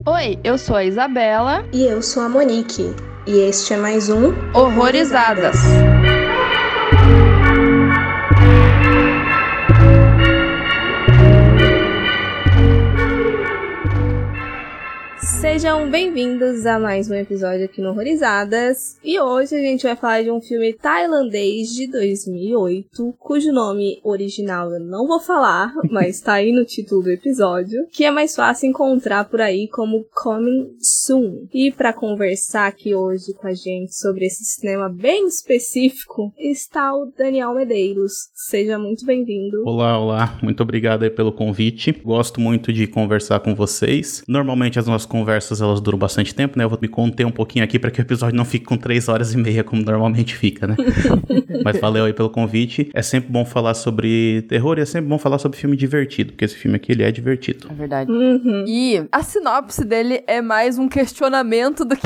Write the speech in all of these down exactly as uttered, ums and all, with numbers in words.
Oi, eu sou a Isabela. E eu sou a Monique. E este é mais um Horrorizadas. Sejam bem-vindos a mais um episódio aqui no Horrorizadas. E hoje a gente vai falar de um filme tailandês de dois mil e oito, cujo nome original eu não vou falar, mas tá aí no título do episódio, que é mais fácil encontrar por aí como Coming Soon. E pra conversar aqui hoje com a gente sobre esse cinema bem específico, está o Daniel Medeiros. Seja muito bem-vindo. Olá, olá. Muito obrigado aí pelo convite. Gosto muito de conversar com vocês. Normalmente as nossas conversas elas duram bastante tempo, né? Eu vou me conter um pouquinho aqui para que o episódio não fique com três horas e meia, como normalmente fica, né? Mas valeu aí pelo convite. É sempre bom falar sobre terror e é sempre bom falar sobre filme divertido, porque esse filme aqui, ele é divertido. É verdade. Uhum. E a sinopse dele é mais um questionamento do que,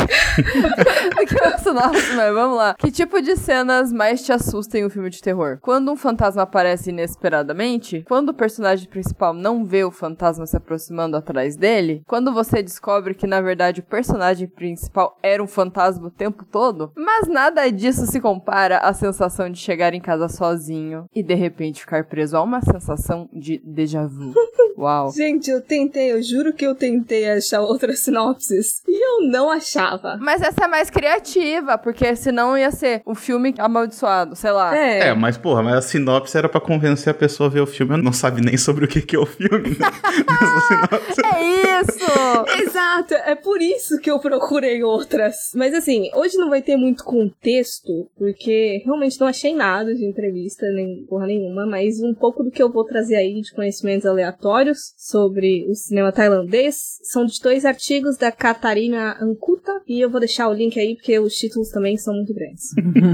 do que uma sinopse, mas vamos lá. Que tipo de cenas mais te assustam em um filme de terror? Quando um fantasma aparece inesperadamente? Quando o personagem principal não vê o fantasma se aproximando atrás dele? Quando você descobre que, na verdade, o personagem principal era um fantasma o tempo todo? Mas nada disso se compara à sensação de chegar em casa sozinho e, de repente, ficar preso a uma sensação de déjà vu. Uau. Gente, eu tentei, eu juro que eu tentei achar outras sinopses e eu não achava. Mas essa é mais criativa, porque senão ia ser um filme amaldiçoado, sei lá. É, É, mas porra, mas a sinopse era pra convencer a pessoa a ver o filme. Ela não sabe nem sobre o que que é o filme, né? Essa sinopse. É isso! exato, é por isso que eu procurei outras. Mas assim, hoje não vai ter muito contexto, porque realmente não achei nada de entrevista, nem porra nenhuma, mas um pouco do que eu vou trazer aí de conhecimentos aleatórios sobre o cinema tailandês são de dois artigos da Catarina Ankuta, e eu vou deixar o link aí porque os títulos também são muito grandes.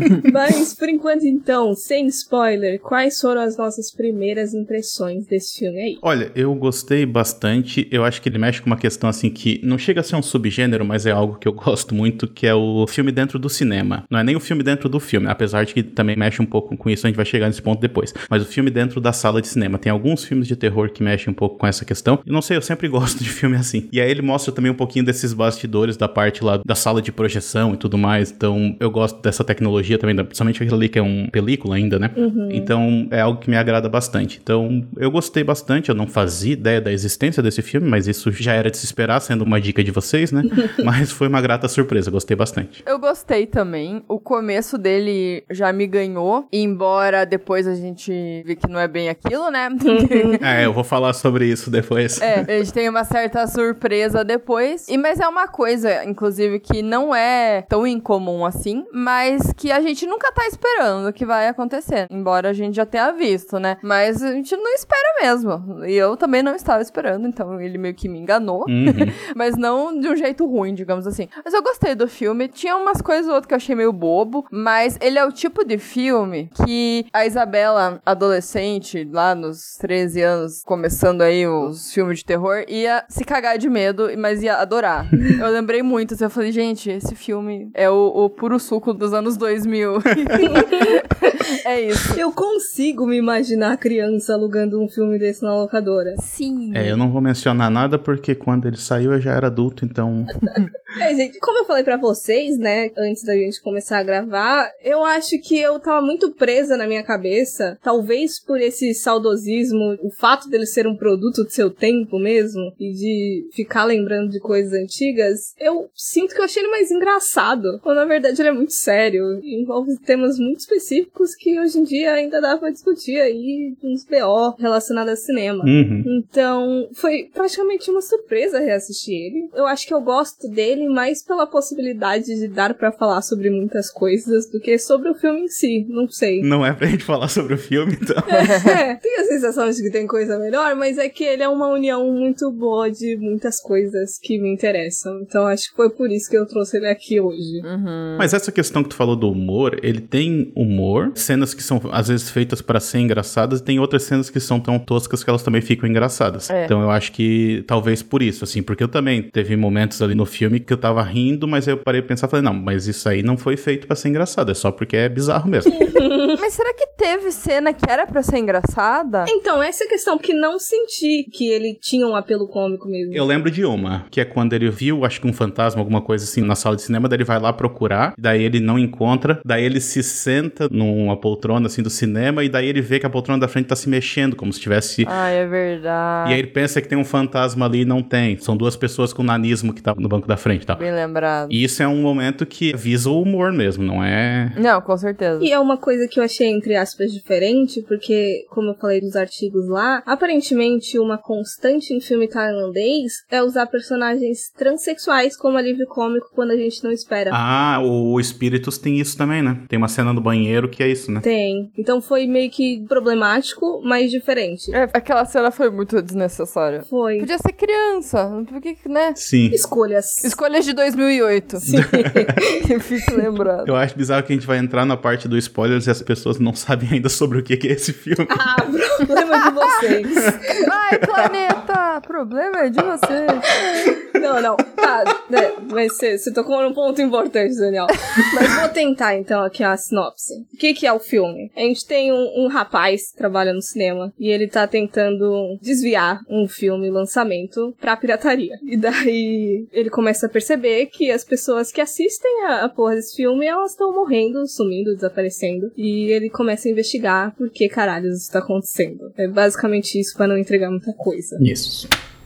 Mas, por enquanto então, sem spoiler, quais foram as nossas primeiras impressões desse filme aí? Olha, eu gostei bastante. Eu acho que ele mexe com uma questão assim que não chega a ser um subgênero, mas é algo que eu gosto muito, que é o filme dentro do cinema. Não é nem o filme dentro do filme, apesar de que também mexe um pouco com isso, a gente vai chegar nesse ponto depois. Mas o filme dentro da sala de cinema. Tem alguns filmes de terror que mexem um pouco com essa questão. Eu não sei, eu sempre gosto de filme assim. E aí ele mostra também um pouquinho desses bastidores da parte lá da sala de projeção e tudo mais. Então eu gosto dessa tecnologia também, principalmente aquilo ali que é uma película ainda, né? Uhum. Então é algo que me agrada bastante. Então eu gostei bastante, eu não fazia ideia da existência desse filme, mas isso já era de se esperar, sendo uma dica de vocês, né? Mas foi uma grata surpresa, gostei bastante. Eu gostei também. O começo dele já me ganhou, embora depois a gente vê que não é bem aquilo, né? É, eu vou falar sobre isso depois. É, a gente tem uma certa surpresa depois. E, mas é uma coisa, inclusive, que não é tão incomum assim, mas que a gente nunca tá esperando que vai acontecer. Embora a gente já tenha visto, né? Mas a gente não espera mesmo. E eu também não estava esperando, então ele meio que me enganou. Uhum. Mas não de um jeito ruim, digamos assim. Mas eu gostei do filme. Tinha umas coisas ou outras que eu achei meio bobo, mas ele é o tipo de filme que a Isabela, adolescente, lá nos treze anos, começando aí os filmes de terror, ia se cagar de medo, mas ia adorar. Eu lembrei muito, assim, eu falei, gente, esse filme é o, o puro suco dos anos dois mil. É isso. Eu consigo me imaginar a criança alugando um filme desse na locadora. Sim. É, eu não vou mencionar nada porque quando ele saiu eu já era adulto, então... É, gente, como eu falei pra vocês, né, antes da gente começar a gravar, eu acho que eu tava muito presa na minha cabeça, talvez por esse saudosismo, o fato dele ser um produto do seu tempo mesmo, e de ficar lembrando de coisas antigas, eu sinto que eu achei ele mais engraçado, quando na verdade ele é muito sério, e envolve temas muito específicos que hoje em dia ainda dá pra discutir aí, uns B O relacionados a cinema. Uhum. Então, foi praticamente uma surpresa reassistir ele. Eu acho que eu gosto dele mais pela possibilidade de dar pra falar sobre muitas coisas do que sobre o filme em si, não sei. Não é pra gente falar sobre o filme, então... É, tem a sensação de que tem coisa melhor, mas é que ele é uma união muito boa de muitas coisas que me interessam. Então acho que foi por isso que eu trouxe ele aqui hoje. Uhum. Mas essa questão que tu falou do humor, ele tem humor, cenas que são às vezes feitas pra ser engraçadas, e tem outras cenas que são tão toscas que elas também ficam engraçadas. É. Então eu acho que talvez por isso, assim, porque eu também teve momentos ali no filme que eu tava rindo, mas aí eu parei pra pensar, falei, não, mas isso aí não foi feito pra ser engraçado, é só porque é bizarro mesmo. Mas será que teve cena que era pra ser engraçada? Então, essa é a questão, porque não senti que ele tinha um apelo cômico mesmo. Eu lembro de uma, que é quando ele viu, acho que um fantasma, alguma coisa assim, na sala de cinema, daí ele vai lá procurar, daí ele não encontra, daí ele se senta numa poltrona, assim, do cinema, e daí ele vê que a poltrona da frente tá se mexendo, como se tivesse... Ah, é verdade. E aí ele pensa que tem um fantasma ali e não tem. São duas pessoas com nanismo que tá no banco da frente, tá? Bem lembrado. E isso é um momento que visa o humor mesmo, não é... Não, com certeza. E é uma coisa que eu achei, entre aspas, diferente, porque, como eu falei nos artigos lá, aparentemente uma constante em filme tailandês é usar personagens transexuais como alívio cômico quando a gente não espera. Ah, o Espíritos tem isso também, né? Tem uma cena no banheiro que é isso, né? Tem. Então foi meio que problemático, mas diferente. É, aquela cena foi muito desnecessária. Foi. Podia ser criança, porque, né? Sim. Escolhas. Escolhas de dois mil e oito. Sim. Eu fico lembrado. Eu acho bizarro que a gente vai entrar na parte do spoilers e as pessoas não sabem ainda sobre o que é esse filme. Ah, problema de vocês. Vai, planeta! Problema é de vocês. Não, não. Tá, né, mas você, você tocou num ponto importante, Daniel. Mas vou tentar, então, aqui a sinopse. O que, que é o filme? A gente tem um, um rapaz que trabalha no cinema e ele tá tentando desviar um filme lançamento pra pirataria. E daí ele começa a perceber que as pessoas que assistem a, a porra desse filme, elas estão morrendo, sumindo, desaparecendo. E ele começa a investigar por que caralho isso tá acontecendo. É basicamente isso, pra não entregar muita coisa. Isso.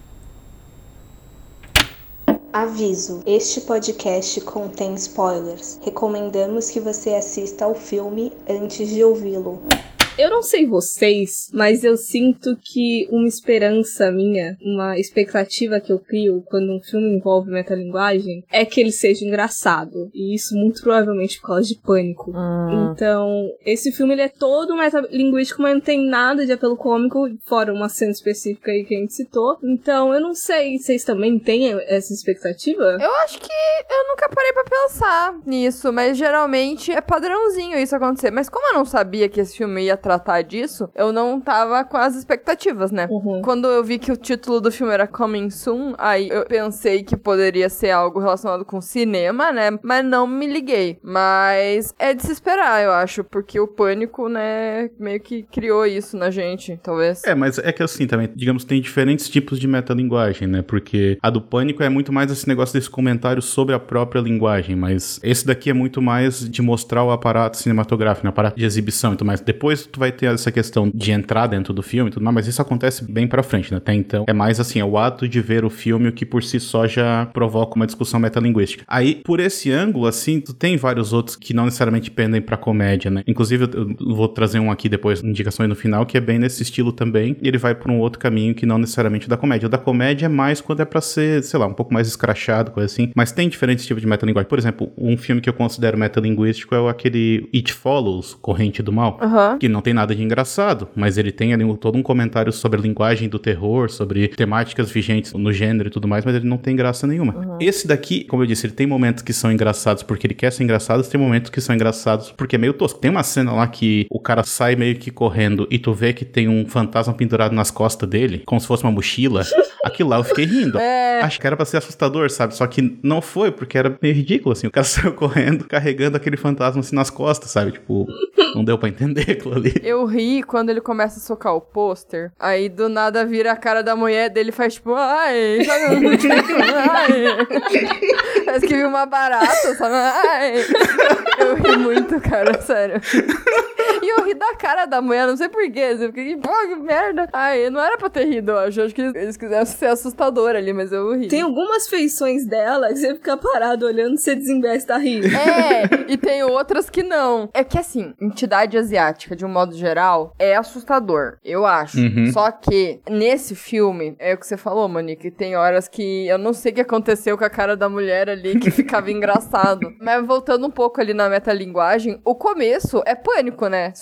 Aviso: este podcast contém spoilers. Recomendamos que você assista ao filme antes de ouvi-lo. Eu não sei vocês, mas eu sinto que uma esperança minha, uma expectativa que eu crio quando um filme envolve metalinguagem é que ele seja engraçado. E isso muito provavelmente por causa de Pânico. Hum. Então, esse filme ele é todo metalinguístico, mas não tem nada de apelo cômico, fora uma cena específica aí que a gente citou. Então, eu não sei, vocês também têm essa expectativa? Eu acho que eu nunca parei pra pensar nisso, mas geralmente é padrãozinho isso acontecer. Mas como eu não sabia que esse filme ia tratar disso, eu não tava com as expectativas, né? Uhum. Quando eu vi que o título do filme era Coming Soon, aí eu pensei que poderia ser algo relacionado com cinema, né? Mas não me liguei. Mas é de se esperar, eu acho, porque o Pânico, né, meio que criou isso na gente, talvez. É, mas é que assim também, digamos, tem diferentes tipos de metalinguagem, né? Porque a do Pânico é muito mais esse negócio desse comentário sobre a própria linguagem, mas esse daqui é muito mais de mostrar o aparato cinematográfico, né? O aparato de exibição e tudo mais. Depois tu vai ter essa questão de entrar dentro do filme e tudo mais, mas isso acontece bem pra frente, né? Até então, é mais assim, é o ato de ver o filme o que por si só já provoca uma discussão metalinguística. Aí, por esse ângulo, assim, tu tem vários outros que não necessariamente pendem pra comédia, né? Inclusive, eu vou trazer um aqui depois, indicações no final, que é bem nesse estilo também, e ele vai por um outro caminho que não necessariamente da comédia. O da comédia é mais quando é pra ser, sei lá, um pouco mais escrachado, coisa assim, mas tem diferentes tipos de metalinguagem. Por exemplo, um filme que eu considero metalinguístico é aquele It Follows, Corrente do Mal, Uhum. que não tem nada de engraçado, mas ele tem ali todo um comentário sobre a linguagem do terror, sobre temáticas vigentes no gênero e tudo mais, mas ele não tem graça nenhuma. Uhum. Esse daqui, como eu disse, ele tem momentos que são engraçados porque ele quer ser engraçado, tem momentos que são engraçados porque é meio tosco. Tem uma cena lá que o cara sai meio que correndo e tu vê que tem um fantasma pendurado nas costas dele, como se fosse uma mochila. Aquilo lá eu fiquei rindo. É. Acho que era pra ser assustador, sabe? Só que não foi, porque era meio ridículo, assim. O cara saiu correndo, carregando aquele fantasma assim nas costas, sabe? Tipo, não deu pra entender aquilo ali. Eu ri quando ele começa a socar o pôster, aí do nada vira a cara da mulher dele e faz tipo, ai, sabe? Ai. Parece que viu uma barata, sabe? Ai. Eu ri muito, cara, sério. E eu ri da cara da mulher, não sei porquê. Eu fiquei, pô, que merda. Ai, não era pra ter rido, eu acho. Eu acho que eles quiseram ser assustador ali, mas eu ri. Tem algumas feições dela que você fica parado olhando e você desembesta a rir. É, e tem outras que não. É que assim, entidade asiática, de um modo geral, é assustador, eu acho. Uhum. Só que, nesse filme, é o que você falou, Monique, tem horas que eu não sei o que aconteceu com a cara da mulher ali, que ficava engraçado. Mas voltando um pouco ali na metalinguagem, o começo é Pânico, né? Só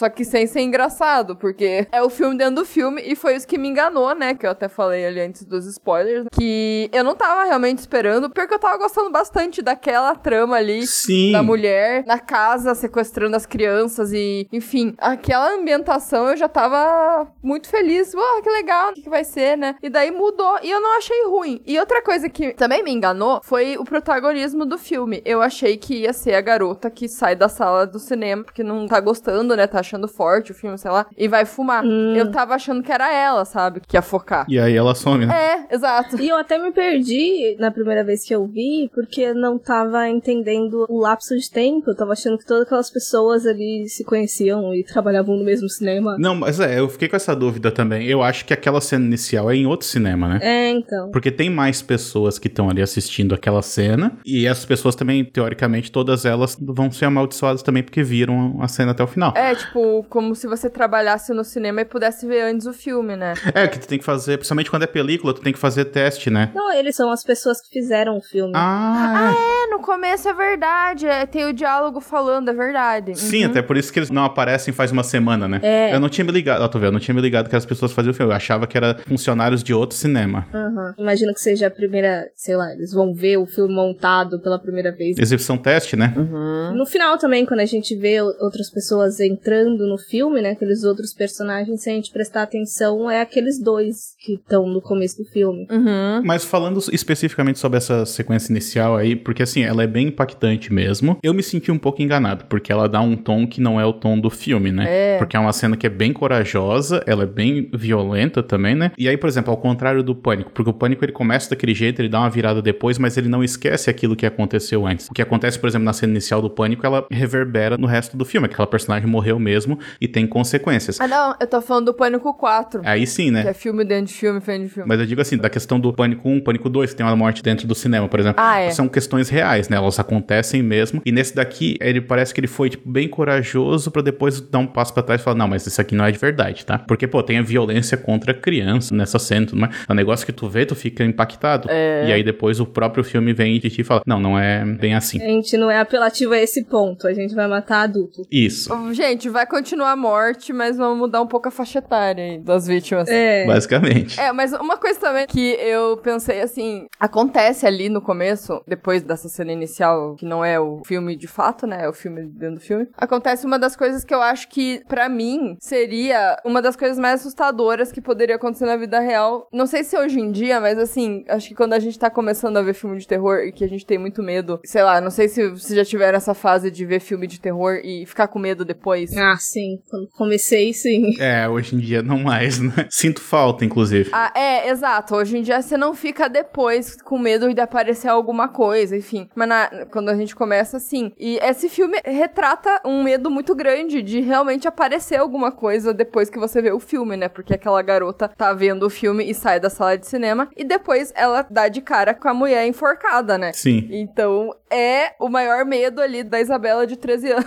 Só que sem ser engraçado, porque é o filme dentro do filme, e foi isso que me enganou, né? Que eu até falei ali antes dos spoilers, que eu não tava realmente esperando, porque eu tava gostando bastante daquela trama ali. Sim. Da mulher na casa sequestrando as crianças e, enfim, aquela ambientação eu já tava muito feliz. Uau, que legal, o que, que vai ser, né? E daí mudou e eu não achei ruim. E outra coisa que também me enganou foi o protagonismo do filme. Eu achei que ia ser a garota que sai da sala do cinema porque não tá gostando, né? Tá achando forte o filme, sei lá, e vai fumar. Hum. Eu tava achando que era ela, sabe? Que ia focar. E aí ela some, né? É, exato. E eu até me perdi na primeira vez que eu vi, porque eu não tava entendendo o lapso de tempo. Eu tava achando que todas aquelas pessoas ali se conheciam e trabalhavam no mesmo cinema. Não, mas é, eu fiquei com essa dúvida também. Eu acho que aquela cena inicial é em outro cinema, né? É, então. Porque tem mais pessoas que estão ali assistindo aquela cena, e essas pessoas também, teoricamente, todas elas vão ser amaldiçoadas também porque viram a cena até o final. É, tipo, como se você trabalhasse no cinema e pudesse ver antes o filme, né? É, que tu tem que fazer, principalmente quando é película, tu tem que fazer teste, né? Não, eles são as pessoas que fizeram o filme. Ah, É, no começo é verdade. É, tem o diálogo falando, é verdade. sim, Uhum. até por isso que eles não aparecem faz uma semana, né? É. Eu não tinha me ligado, ó, tu vê, eu não tinha me ligado que as pessoas faziam o filme, eu achava que era funcionários de outro cinema. Uhum. Imagino que seja a primeira, sei lá, eles vão ver o filme montado pela primeira vez. Exibição teste, né? Uhum. No final também, quando a gente vê outras pessoas entrando no filme, né, aqueles outros personagens, se a gente prestar atenção, é aqueles dois que estão no começo do filme. Uhum. Mas falando especificamente sobre essa sequência inicial aí, porque assim, ela é bem impactante mesmo, eu me senti um pouco enganado, porque ela dá um tom que não é o tom do filme, né? É. Porque é uma cena que é bem corajosa, ela é bem violenta também, né? E aí, por exemplo, ao contrário do Pânico, porque o Pânico ele começa daquele jeito, ele dá uma virada depois, mas ele não esquece aquilo que aconteceu antes. O que acontece, por exemplo, na cena inicial do Pânico, ela reverbera no resto do filme, aquela personagem morreu mesmo e tem consequências. Ah, não, eu tô falando do Pânico quatro. Aí sim, né? Que é filme dentro de filme, filme de filme. Mas eu digo assim, da questão do Pânico um, Pânico dois, que tem uma morte dentro do cinema, por exemplo. Ah, é. São questões reais, né? Elas acontecem mesmo. E nesse daqui, ele parece que ele foi, tipo, bem corajoso pra depois dar um passo pra trás e falar, não, mas isso aqui não é de verdade, tá? Porque, pô, tem a violência contra criança nessa cena, tudo mais. É um negócio que tu vê, tu fica impactado. É. E aí depois o próprio filme vem de ti e fala, não, não é bem assim. A gente não é apelativo a esse ponto, a gente vai matar adulto. Isso. Gente, vai continuar a morte, mas vamos mudar um pouco a faixa etária aí das vítimas. É. Basicamente. É, mas uma coisa também que eu pensei assim, acontece ali no começo, depois dessa cena inicial, que não é o filme de fato, né, é o filme dentro do filme, acontece uma das coisas que eu acho que, pra mim, seria uma das coisas mais assustadoras que poderia acontecer na vida real. Não sei se hoje em dia, mas assim, acho que quando a gente tá começando a ver filme de terror e que a gente tem muito medo, sei lá, não sei se vocês já tiveram essa fase de ver filme de terror e ficar com medo depois. Ah, sim. Quando comecei, sim. É, hoje em dia não mais, né? Sinto falta, inclusive. Ah, é, exato. Hoje em dia você não fica depois com medo de aparecer alguma coisa, enfim. Mas na- quando a gente começa, assim. E esse filme retrata um medo muito grande de realmente aparecer alguma coisa depois que você vê o filme, né? Porque aquela garota tá vendo o filme e sai da sala de cinema e depois ela dá de cara com a mulher enforcada, né? Sim. Então, é o maior medo ali da Isabela de treze anos.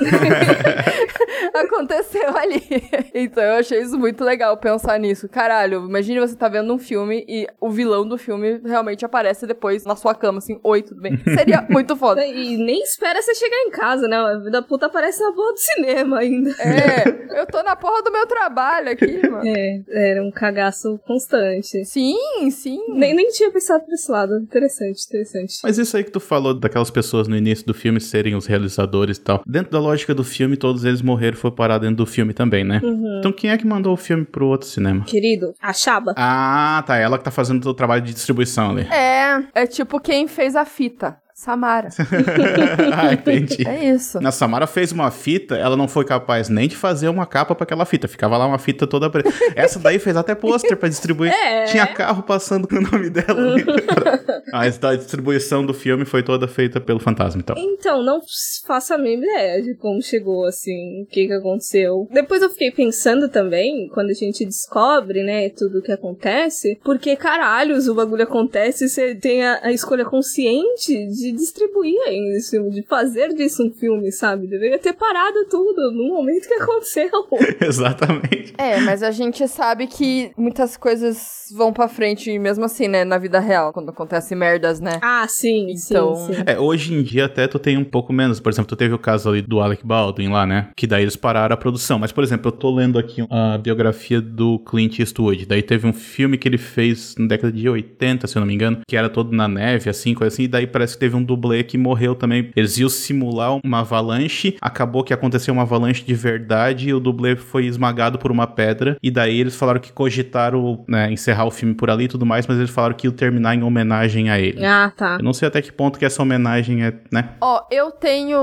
Aconteceu ali. Então, eu achei isso muito legal, pensar nisso. Caralho, imagine você tá vendo um filme e o vilão do filme realmente aparece depois na sua cama, assim, oi, tudo bem? Seria muito foda. E nem espera você chegar em casa, né? A vida puta aparece na porra do cinema ainda. É, eu tô na porra do meu trabalho aqui, mano. É, era um cagaço constante. Sim, sim. Nem, nem tinha pensado por esse lado. Interessante, interessante. Mas isso aí que tu falou daquelas pessoas no início do filme serem os realizadores e tal. Dentro da lógica do filme, todos eles morreram e foi parar dentro do filme também, né? Uhum. Então quem é que mandou o filme pro outro cinema? Querido, a Chaba. Ah, tá. Ela que tá fazendo o trabalho de distribuição ali. É, é tipo quem fez a fita. Samara. Ah, entendi. É isso. Na Samara fez uma fita, ela não foi capaz nem de fazer uma capa pra aquela fita. Ficava lá uma fita toda preta. Essa daí fez até pôster pra distribuir. É. Tinha carro passando com o nome dela ali. Mas a distribuição do filme foi toda feita pelo Fantasma, então. Então, não faço a mínima ideia de como chegou, assim, o que que aconteceu. Depois eu fiquei pensando também, quando a gente descobre, né, tudo o que acontece, porque, caralhos, o bagulho acontece e você tem a, a escolha consciente de de distribuir ainda esse filme, de fazer disso um filme, sabe? Deveria ter parado tudo no momento que aconteceu. Exatamente. É, mas a gente sabe que muitas coisas vão pra frente, mesmo assim, né, na vida real, quando acontecem merdas, né? Ah, sim, Então... sim, sim. É, hoje em dia até tu tem um pouco menos. Por exemplo, tu teve o caso ali do Alec Baldwin lá, né? Que daí eles pararam a produção. Mas, por exemplo, eu tô lendo aqui a biografia do Clint Eastwood. Daí teve um filme que ele fez na década de oitenta, se eu não me engano, que era todo na neve, assim, coisa assim. E daí parece que teve um dublê que morreu também. Eles iam simular uma avalanche. Acabou que aconteceu uma avalanche de verdade e o dublê foi esmagado por uma pedra. E daí eles falaram que cogitaram, né, encerrar o filme por ali e tudo mais, mas eles falaram que iam terminar em homenagem a ele. Ah, tá. Eu não sei até que ponto que essa homenagem é, né? Ó, eu tenho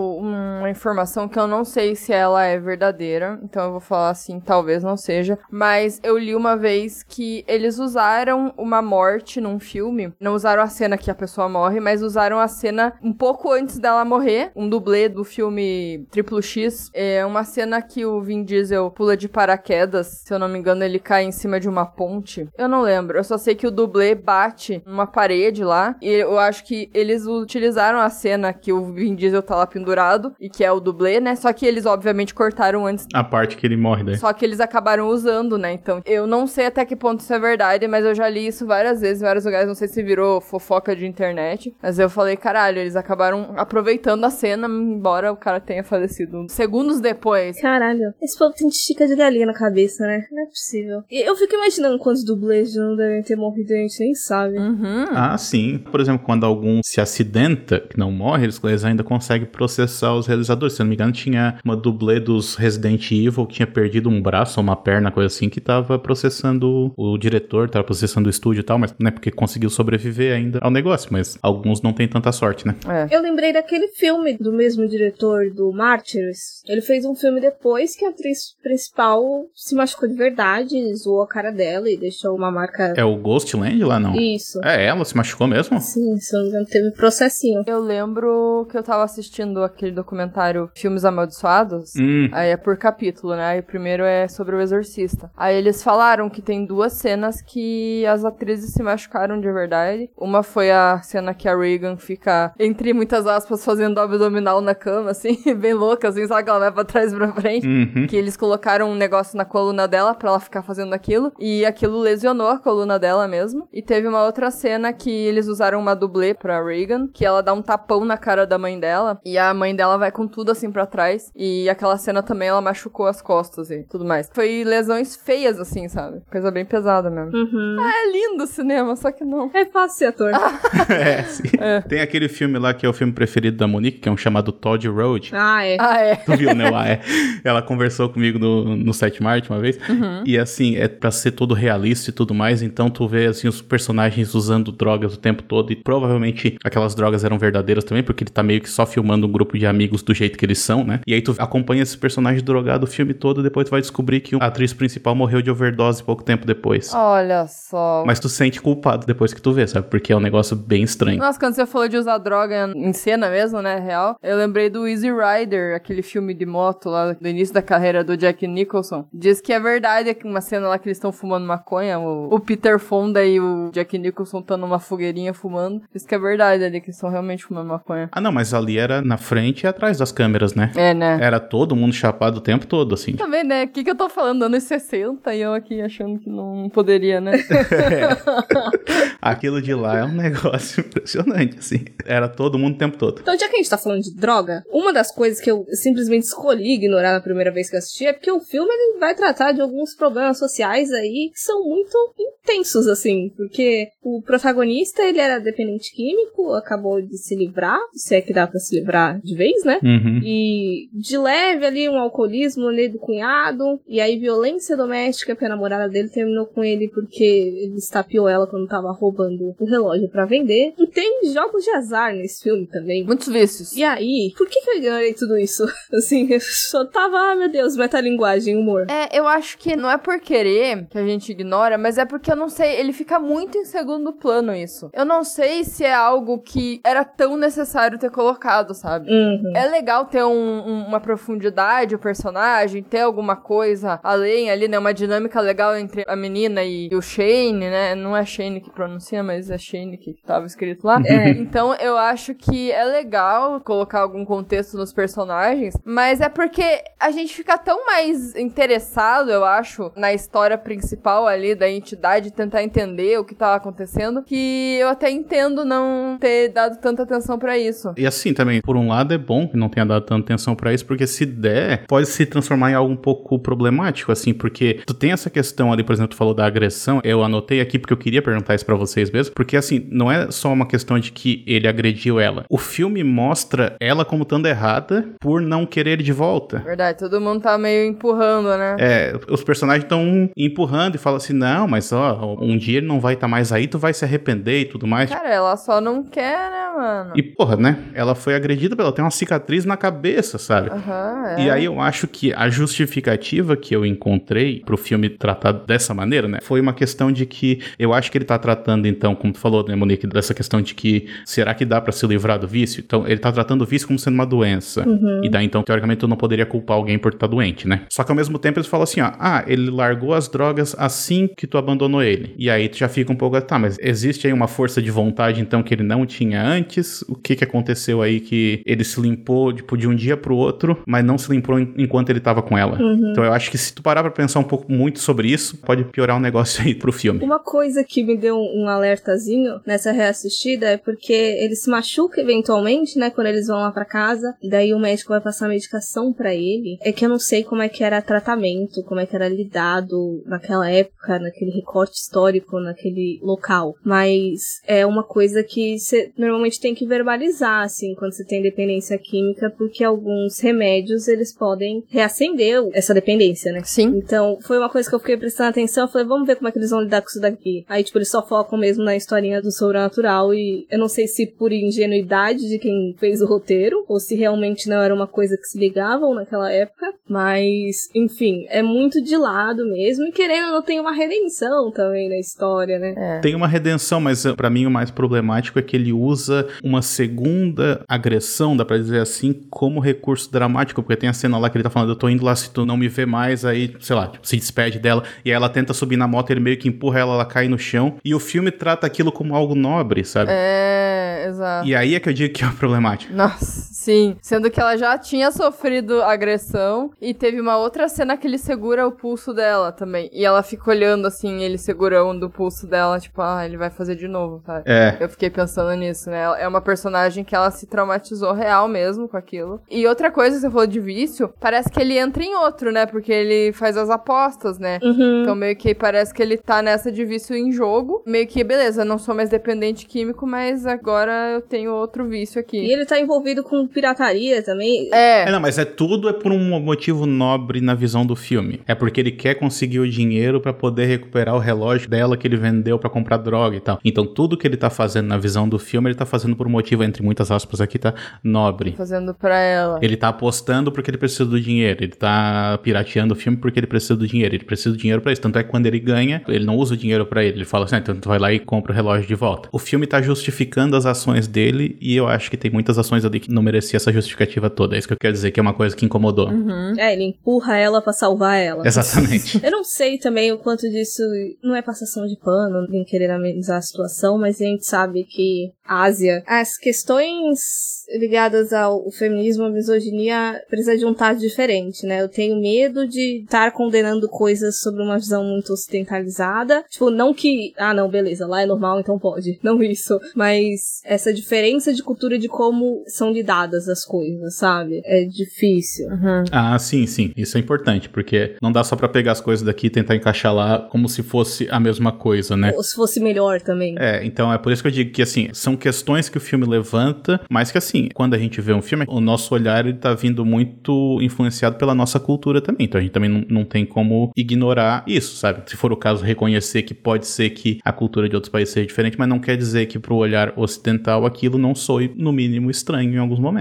uma informação que eu não sei se ela é verdadeira, então eu vou falar assim, talvez não seja, mas eu li uma vez que eles usaram uma morte num filme, não usaram a cena que a pessoa morre, mas usaram a cena um pouco antes dela morrer, um dublê do filme Triplo X, é uma cena que o Vin Diesel pula de paraquedas, se eu não me engano ele cai em cima de uma ponte, eu não lembro, eu só sei que o dublê bate numa parede lá, e eu acho que eles utilizaram a cena que o Vin Diesel tá lá pendurado, e que é o dublê, né, só que eles obviamente cortaram antes. A parte que ele morre daí. Só que eles acabaram usando, né, então eu não sei até que ponto isso é verdade, mas eu já li isso várias vezes, em vários lugares, não sei se virou fofoca de internet, mas eu falei, caralho, eles acabaram aproveitando a cena, embora o cara tenha falecido segundos depois. Caralho, esse povo tem estica de galinha na cabeça, né? Não é possível. E eu fico imaginando quantos dublês já não devem ter morrido, a gente nem sabe. Uhum. Ah, sim. Por exemplo, quando algum se acidenta, que não morre, eles, eles ainda conseguem processar os realizadores. Se eu não me engano, tinha uma dublê dos Resident Evil que tinha perdido um braço ou uma perna, coisa assim, que tava processando o diretor, tava processando o estúdio e tal, mas não é porque conseguiu sobreviver ainda ao negócio, mas alguns não têm tanta sorte, né? É. Eu lembrei daquele filme do mesmo diretor do Martyrs. Ele fez um filme depois que a atriz principal se machucou de verdade, zoou a cara dela e deixou uma marca... É o Ghostland lá, não? Isso. É, ela se machucou mesmo? Sim, se eu não me engano, teve processinho. Eu lembro que eu tava assistindo aquele documentário Filmes Amaldiçoados, Hum. aí é por capítulo, né? Aí o primeiro é sobre o Exorcista. Aí eles falaram que tem duas cenas que as atrizes se machucaram de verdade. Uma foi a cena que a Regan fica, entre muitas aspas, fazendo abdominal na cama, assim, bem louca, assim, sabe que ela vai pra trás e pra frente. Uhum. Que eles colocaram um negócio na coluna dela pra ela ficar fazendo aquilo, e aquilo lesionou a coluna dela mesmo. E teve uma outra cena que eles usaram uma dublê pra Regan, que ela dá um tapão na cara da mãe dela, e a mãe dela vai com tudo assim pra trás, e aquela cena também ela machucou as costas e tudo mais. Foi lesões feias, assim, sabe? Coisa bem pesada mesmo. Uhum. É lindo o cinema, só que não. É fácil ser ator. É, sim. É. Tem aquele filme lá que é o filme preferido da Monique, que é um chamado Todd Road. Ah, é. Ah, é. Tu viu, né? Ah, é. Ela conversou comigo no, no Sete Marte uma vez. Uhum. E assim, é pra ser todo realista e tudo mais. Então tu vê assim os personagens usando drogas o tempo todo. E provavelmente aquelas drogas eram verdadeiras também, porque ele tá meio que só filmando um grupo de amigos do jeito que eles são, né? E aí tu acompanha esse personagem drogado o filme todo. E depois tu vai descobrir que a atriz principal morreu de overdose pouco tempo depois. Olha só. Mas tu se sente culpado depois que tu vê, sabe? Porque é um negócio bem estranho. Nossa, quando você falou de usar droga em cena mesmo, né, real, eu lembrei do Easy Rider, aquele filme de moto lá do início da carreira do Jack Nicholson. Diz que é verdade, que uma cena lá que eles estão fumando maconha, o, o Peter Fonda e o Jack Nicholson estão numa fogueirinha fumando. Diz que é verdade ali, que eles estão realmente fumando maconha. Ah, não, mas ali era na frente e atrás das câmeras, né? É, né? Era todo mundo chapado o tempo todo, assim. Também, né? O que, que eu tô falando? Anos sessenta e eu aqui achando que não poderia, né? É. Aquilo de lá é um negócio impressionante, assim. Era todo mundo o tempo todo. Então, já que a gente tá falando de droga, uma das coisas que eu simplesmente escolhi ignorar na primeira vez que eu assisti é porque o filme ele vai tratar de alguns problemas sociais aí que são muito intensos, assim. Porque o protagonista, ele era dependente químico, acabou de se livrar, se é que dá pra se livrar de vez, né? Uhum. E de leve ali um alcoolismo ali do cunhado, e aí violência doméstica, porque a namorada dele terminou com ele porque ele estapeou ela quando tava roubando o relógio pra vender. E tem jogos de azar nesse filme também. Muitos vícios. E aí, por que que eu ignorei tudo isso? Assim, eu só tava, ah, meu Deus, metalinguagem, humor. É, eu acho que não é por querer que a gente ignora, mas é porque eu não sei, ele fica muito em segundo plano isso. Eu não sei se é algo que era tão necessário ter colocado, sabe? Uhum. É legal ter um, um, uma profundidade, o personagem, ter alguma coisa além ali, né? Uma dinâmica legal entre a menina e, e o Shane, né? Não é Shane que pronuncia, mas é Shane que tava escrito lá. É. Então eu acho que é legal colocar algum contexto nos personagens, mas é porque a gente fica tão mais interessado, eu acho, na história principal ali da entidade, tentar entender o que tava acontecendo, que eu até entendo não ter dado tanta atenção pra isso. E assim também, por um lado é bom que não tenha dado tanta atenção pra isso, porque se der, pode se transformar em algo um pouco problemático, assim, porque tu tem essa questão ali, por exemplo, tu falou da agressão, eu anotei aqui porque eu queria perguntar isso pra vocês mesmo, porque assim, não é só uma questão de que ele agrediu ela. O filme mostra ela como estando errada por não querer ele de volta. Verdade, todo mundo tá meio empurrando, né? É, os personagens estão empurrando e falam assim, não, mas ó, um dia ele não vai estar tá mais aí, tu vai se arrepender e tudo mais. Cara, ela só não quer, né, mano? E porra, né? Ela foi agredida, ela tem uma cicatriz na cabeça, sabe? Aham, é. E aí eu acho que a justificativa que eu encontrei pro filme tratar dessa maneira, né, foi uma questão de que eu acho que ele tá tratando, então, como tu falou, né, Monique, dessa questão de que será que dá pra se livrar do vício? Então, ele tá tratando o vício como sendo uma doença. Uhum. E daí, então, teoricamente, tu não poderia culpar alguém por estar doente, né? Só que ao mesmo tempo eles falam assim, ó, ah, ele largou as drogas assim que tu abandonou ele. E aí tu já fica um pouco, tá, mas existe aí uma força de vontade, então, que ele não tinha antes? O que que aconteceu aí que ele se limpou, tipo, de um dia pro outro, mas não se limpou enquanto ele tava com ela? Uhum. Então eu acho que se tu parar pra pensar um pouco muito sobre isso, pode piorar o negócio aí pro filme. Uma coisa que me deu um alertazinho nessa reassistida é porque ele se machuca eventualmente, né, quando eles vão lá pra casa, e daí o médico vai passar medicação pra ele. É que eu não sei como é que era tratamento, como é que era lidado naquela época, naquele recorte histórico, naquele local. Mas é uma coisa que você normalmente tem que verbalizar, assim, quando você tem dependência química, porque alguns remédios, eles podem reacender essa dependência, né? Sim. Então, foi uma coisa que eu fiquei prestando atenção, eu falei, vamos ver como é que eles vão lidar com isso daqui. Aí, tipo, eles só focam mesmo na historinha do sobrenatural e eu não sei se por ingenuidade de quem fez o roteiro, ou se realmente não era uma coisa que se ligavam naquela época, mas, enfim, é muito de lado mesmo, e querendo ou não tem uma redenção também na história, né? É. Tem uma redenção, mas pra mim o mais problemático é que ele usa uma segunda agressão, dá pra dizer assim, como recurso dramático, porque tem a cena lá que ele tá falando, eu tô indo lá, se tu não me vê mais, aí, sei lá, tipo, se despede dela, e aí ela tenta subir na moto, ele meio que empurra ela, ela cai no chão, e o filme trata aquilo como algo nobre, sabe? É, exato. E aí é que eu digo que é o problemático. Nossa, sim. Sendo que ela já tinha sofrido agressão e teve uma outra cena que ele segura o pulso dela também. E ela fica olhando assim, ele segurando o pulso dela, tipo, ah, ele vai fazer de novo, sabe? É. Eu fiquei pensando nisso, né? É uma personagem que ela se traumatizou real mesmo com aquilo. E outra coisa que você falou de vício, parece que ele entra em outro, né? Porque ele faz as apostas, né? Uhum. Então meio que parece que ele tá nessa de vício em jogo. Meio que, beleza, não sou mais dependente químico, mas agora eu tenho outro vício aqui. E ele tá envolvido com pirataria também. É. É, não, mas é tudo é por um motivo nobre na visão do filme. É porque ele quer conseguir o dinheiro pra poder recuperar o relógio dela que ele vendeu pra comprar droga e tal. Então tudo que ele tá fazendo na visão do filme, ele tá fazendo por um motivo, entre muitas aspas aqui, tá nobre. Fazendo pra ela. Ele tá apostando porque ele precisa do dinheiro. Ele tá pirateando o filme porque ele precisa do dinheiro. Ele precisa do dinheiro pra isso. Tanto é que quando ele ganha, ele não usa o dinheiro pra ele. Ele fala assim, ah, então tu vai lá e compra o relógio de volta. O filme tá justificando as ações dele e eu acho que tem muitas ações ali que não mereciam essa justificativa toda. É isso que eu quero dizer, que é uma coisa que incomodou. Uhum. É, ele empurra ela pra salvar ela. Exatamente. Eu não sei também o quanto disso não é passação de pano, nem querer amenizar a situação, mas a gente sabe que a Ásia, as questões ligadas ao feminismo, à misoginia, precisa de um tato diferente, né? Eu tenho medo de estar condenando coisas sobre uma visão muito ocidentalizada. Tipo, não que, ah, não, beleza, lá é normal, então pode. Não isso. Mas essa diferença de cultura de como são lidadas as coisas, sabe? É difícil. Uhum. Ah, sim, sim. Isso é importante, porque não dá só pra pegar as coisas daqui e tentar encaixar lá como se fosse a mesma coisa, né? Ou se fosse melhor também. É, então é por isso que eu digo que, assim, são questões que o filme levanta, mas que, assim, quando a gente vê um filme, o nosso olhar, ele tá vindo muito influenciado pela nossa cultura também, então a gente também não, não tem como ignorar isso, sabe? Se for o caso, reconhecer que pode ser que a cultura de outros países seja diferente, mas não quer dizer que pro olhar ocidental aquilo não soe, no mínimo, estranho em alguns momentos.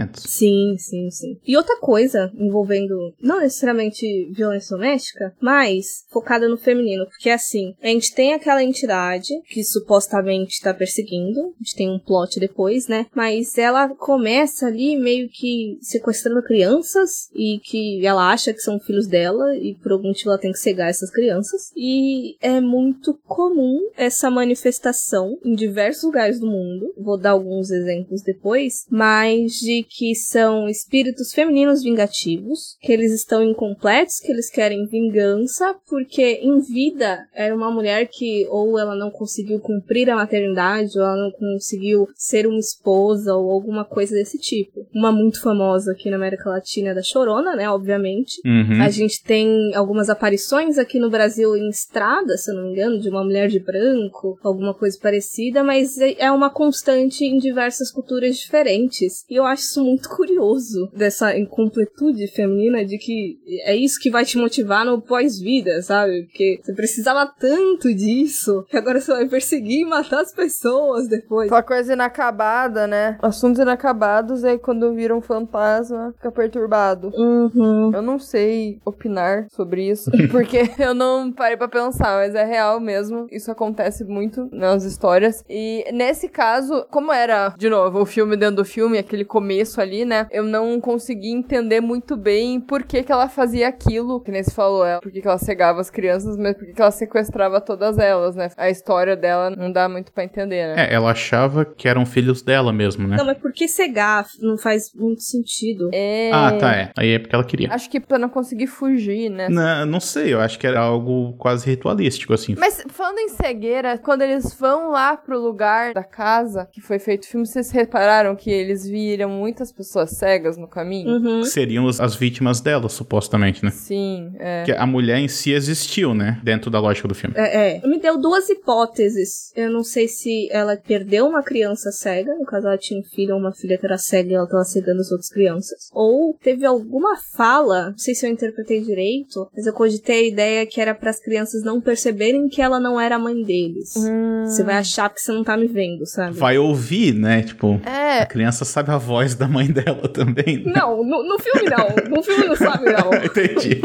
relacionamentos. Sim, sim, sim. E outra coisa envolvendo, não necessariamente violência doméstica, mas focada no feminino, porque assim, a gente tem aquela entidade que supostamente tá perseguindo, a gente tem um plot depois, né, mas ela começa ali meio que sequestrando crianças e que ela acha que são filhos dela e por algum motivo ela tem que cegar essas crianças, e é muito comum essa manifestação em diversos lugares do mundo, vou dar alguns exemplos depois, mas de que são espíritos femininos vingativos, que eles estão incompletos, que eles querem vingança, porque em vida era uma mulher que ou ela não conseguiu cumprir a maternidade, ou ela não conseguiu ser uma esposa, ou alguma coisa desse tipo. Uma muito famosa aqui na América Latina é da Chorona, né, obviamente. Uhum. A gente tem algumas aparições aqui no Brasil em estrada, se eu não me engano, de uma mulher de branco, alguma coisa parecida, mas é uma constante em diversas culturas diferentes. E eu acho isso muito curioso, dessa incompletude feminina, de que é isso que vai te motivar no pós-vida, sabe? Porque você precisava tanto disso, que agora você vai perseguir e matar as pessoas depois. Aquela coisa inacabada, né? Assuntos inacabados, aí quando vira um fantasma, fica perturbado. Uhum. Eu não sei opinar sobre isso, porque eu não parei pra pensar, mas é real mesmo. Isso acontece muito nas histórias. E nesse caso, como era, de novo, o filme dentro do filme, aquele começo ali, né? Eu não consegui entender muito bem por que que ela fazia aquilo, que nem se falou, ela, por que que ela cegava as crianças, mas por que que ela sequestrava todas elas, né? A história dela não dá muito pra entender, né? É, ela achava que eram filhos dela mesmo, né? Não, mas por que cegar? Não faz muito sentido. É... Ah, tá, é. Aí é porque ela queria. Acho que pra não conseguir fugir, né? Não, não sei, eu acho que era algo quase ritualístico, assim. Mas falando em cegueira, quando eles vão lá pro lugar da casa que foi feito o filme, vocês repararam que eles viram muitas pessoas cegas no caminho? Uhum. Seriam as, as vítimas dela, supostamente, né? Sim, é. Que a mulher em si existiu, né? Dentro da lógica do filme. É, é. Me deu duas hipóteses. Eu não sei se ela perdeu uma criança cega, no caso ela tinha um filho ou uma filha que era cega e ela tava cegando as outras crianças. Ou teve alguma fala, não sei se eu interpretei direito, mas eu cogitei a ideia que era para as crianças não perceberem que ela não era a mãe deles. Hum. Você vai achar que você não tá me vendo, sabe? Vai ouvir, né? Tipo, É. a criança sabe a voz da mãe dela também, né? Não, no, no filme não. No filme não sabe, não. Entendi.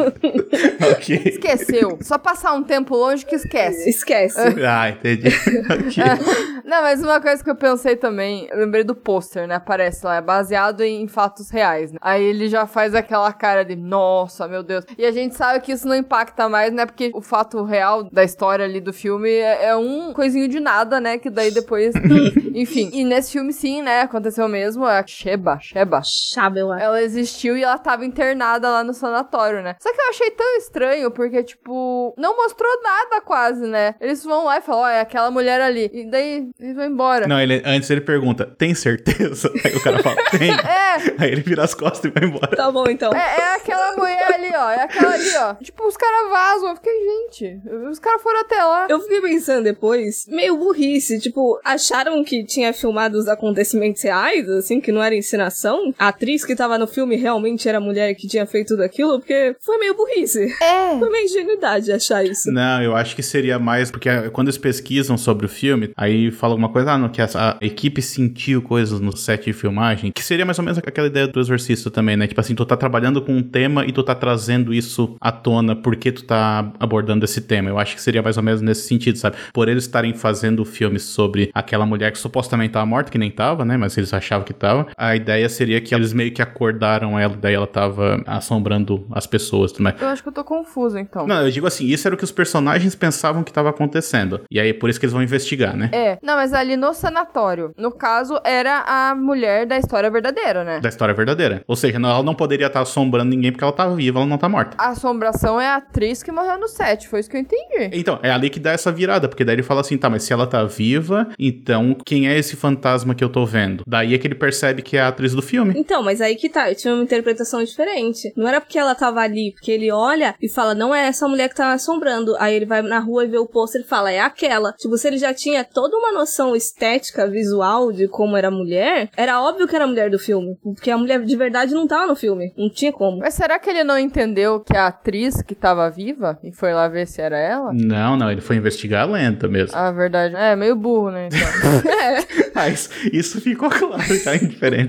Ok. Esqueceu. Só passar um tempo longe que esquece. Esquece. Ah, entendi. Ok. Não, mas uma coisa que eu pensei também, eu lembrei do pôster, né? Aparece lá, é baseado em fatos reais, né? Aí ele já faz aquela cara de, nossa, meu Deus. E a gente sabe que isso não impacta mais, né? Porque o fato real da história ali do filme é, é um coisinho de nada, né? Que daí depois... Enfim. E nesse filme, sim, né? Aconteceu mesmo. A Sheba, Sheba. Chave, eu acho. Ela existiu e ela tava internada lá no sanatório, né? Só que eu achei tão estranho, porque, tipo, não mostrou nada quase, né? Eles vão lá e falam, ó, é aquela mulher ali. E daí eles vão embora. Não, ele, antes ele pergunta, tem certeza? Aí o cara fala, tem. É. Aí ele vira as costas e vai embora. Tá bom, então. É, é aquela mulher ali, ó. É aquela ali, ó. Tipo, os caras vazam. Eu fiquei, gente, os caras foram até lá. Eu fiquei pensando depois, meio burrice, tipo, acharam que tinha filmado os acontecimentos reais, assim, que não era encenação? A atriz que tava no filme realmente era a mulher que tinha feito tudo aquilo? Porque foi meio burrice. É. Foi meio ingenuidade achar isso. Não, eu acho que seria mais, porque quando eles pesquisam sobre o filme, aí fala alguma coisa, ah, não, que a, a equipe sentiu coisas no set de filmagem, que seria mais ou menos aquela ideia do Exorcista também, né? Tipo assim, tu tá trabalhando com um tema e tu tá trazendo isso à tona porque tu tá abordando esse tema. Eu acho que seria mais ou menos nesse sentido, sabe? Por eles estarem fazendo o filme sobre aquela mulher que supostamente tava morta, que nem tava, né? Mas eles achavam que tava. A ideia seria que eles meio que acordaram ela, daí ela tava assombrando as pessoas também. Eu acho que eu tô confusa, então. Não, eu digo assim, isso era o que os personagens pensavam que tava acontecendo. E aí, por isso que eles vão investigar, né? É. Não, mas ali no sanatório, no caso, era a mulher da história verdadeira, né? Da história verdadeira. Ou seja, não, ela não poderia estar assombrando ninguém porque ela tá viva, ela não tá morta. A assombração é a atriz que morreu no set, foi isso que eu entendi. Então, é ali que dá essa virada, porque daí ele fala assim, tá, mas se ela tá viva, então quem é esse fantasma que eu tô vendo? Daí é que ele percebe que é a atriz do filme. Então, mas aí que tá, eu tinha uma interpretação diferente. Não era porque ela tava ali, porque ele olha e fala, não é essa mulher que tá assombrando. Aí ele vai na rua e vê o pôster e fala, é aquela. Tipo, se ele já tinha toda uma noção estética, visual de como era a mulher, era óbvio que era a mulher do filme. Porque a mulher de verdade não tava no filme. Não tinha como. Mas será que ele não entendeu que a atriz que tava viva e foi lá ver se era ela? Não, não, ele foi investigar a lenta mesmo. Ah, verdade. É, meio burro, né? Então. É. Mas isso ficou claro já em diferentes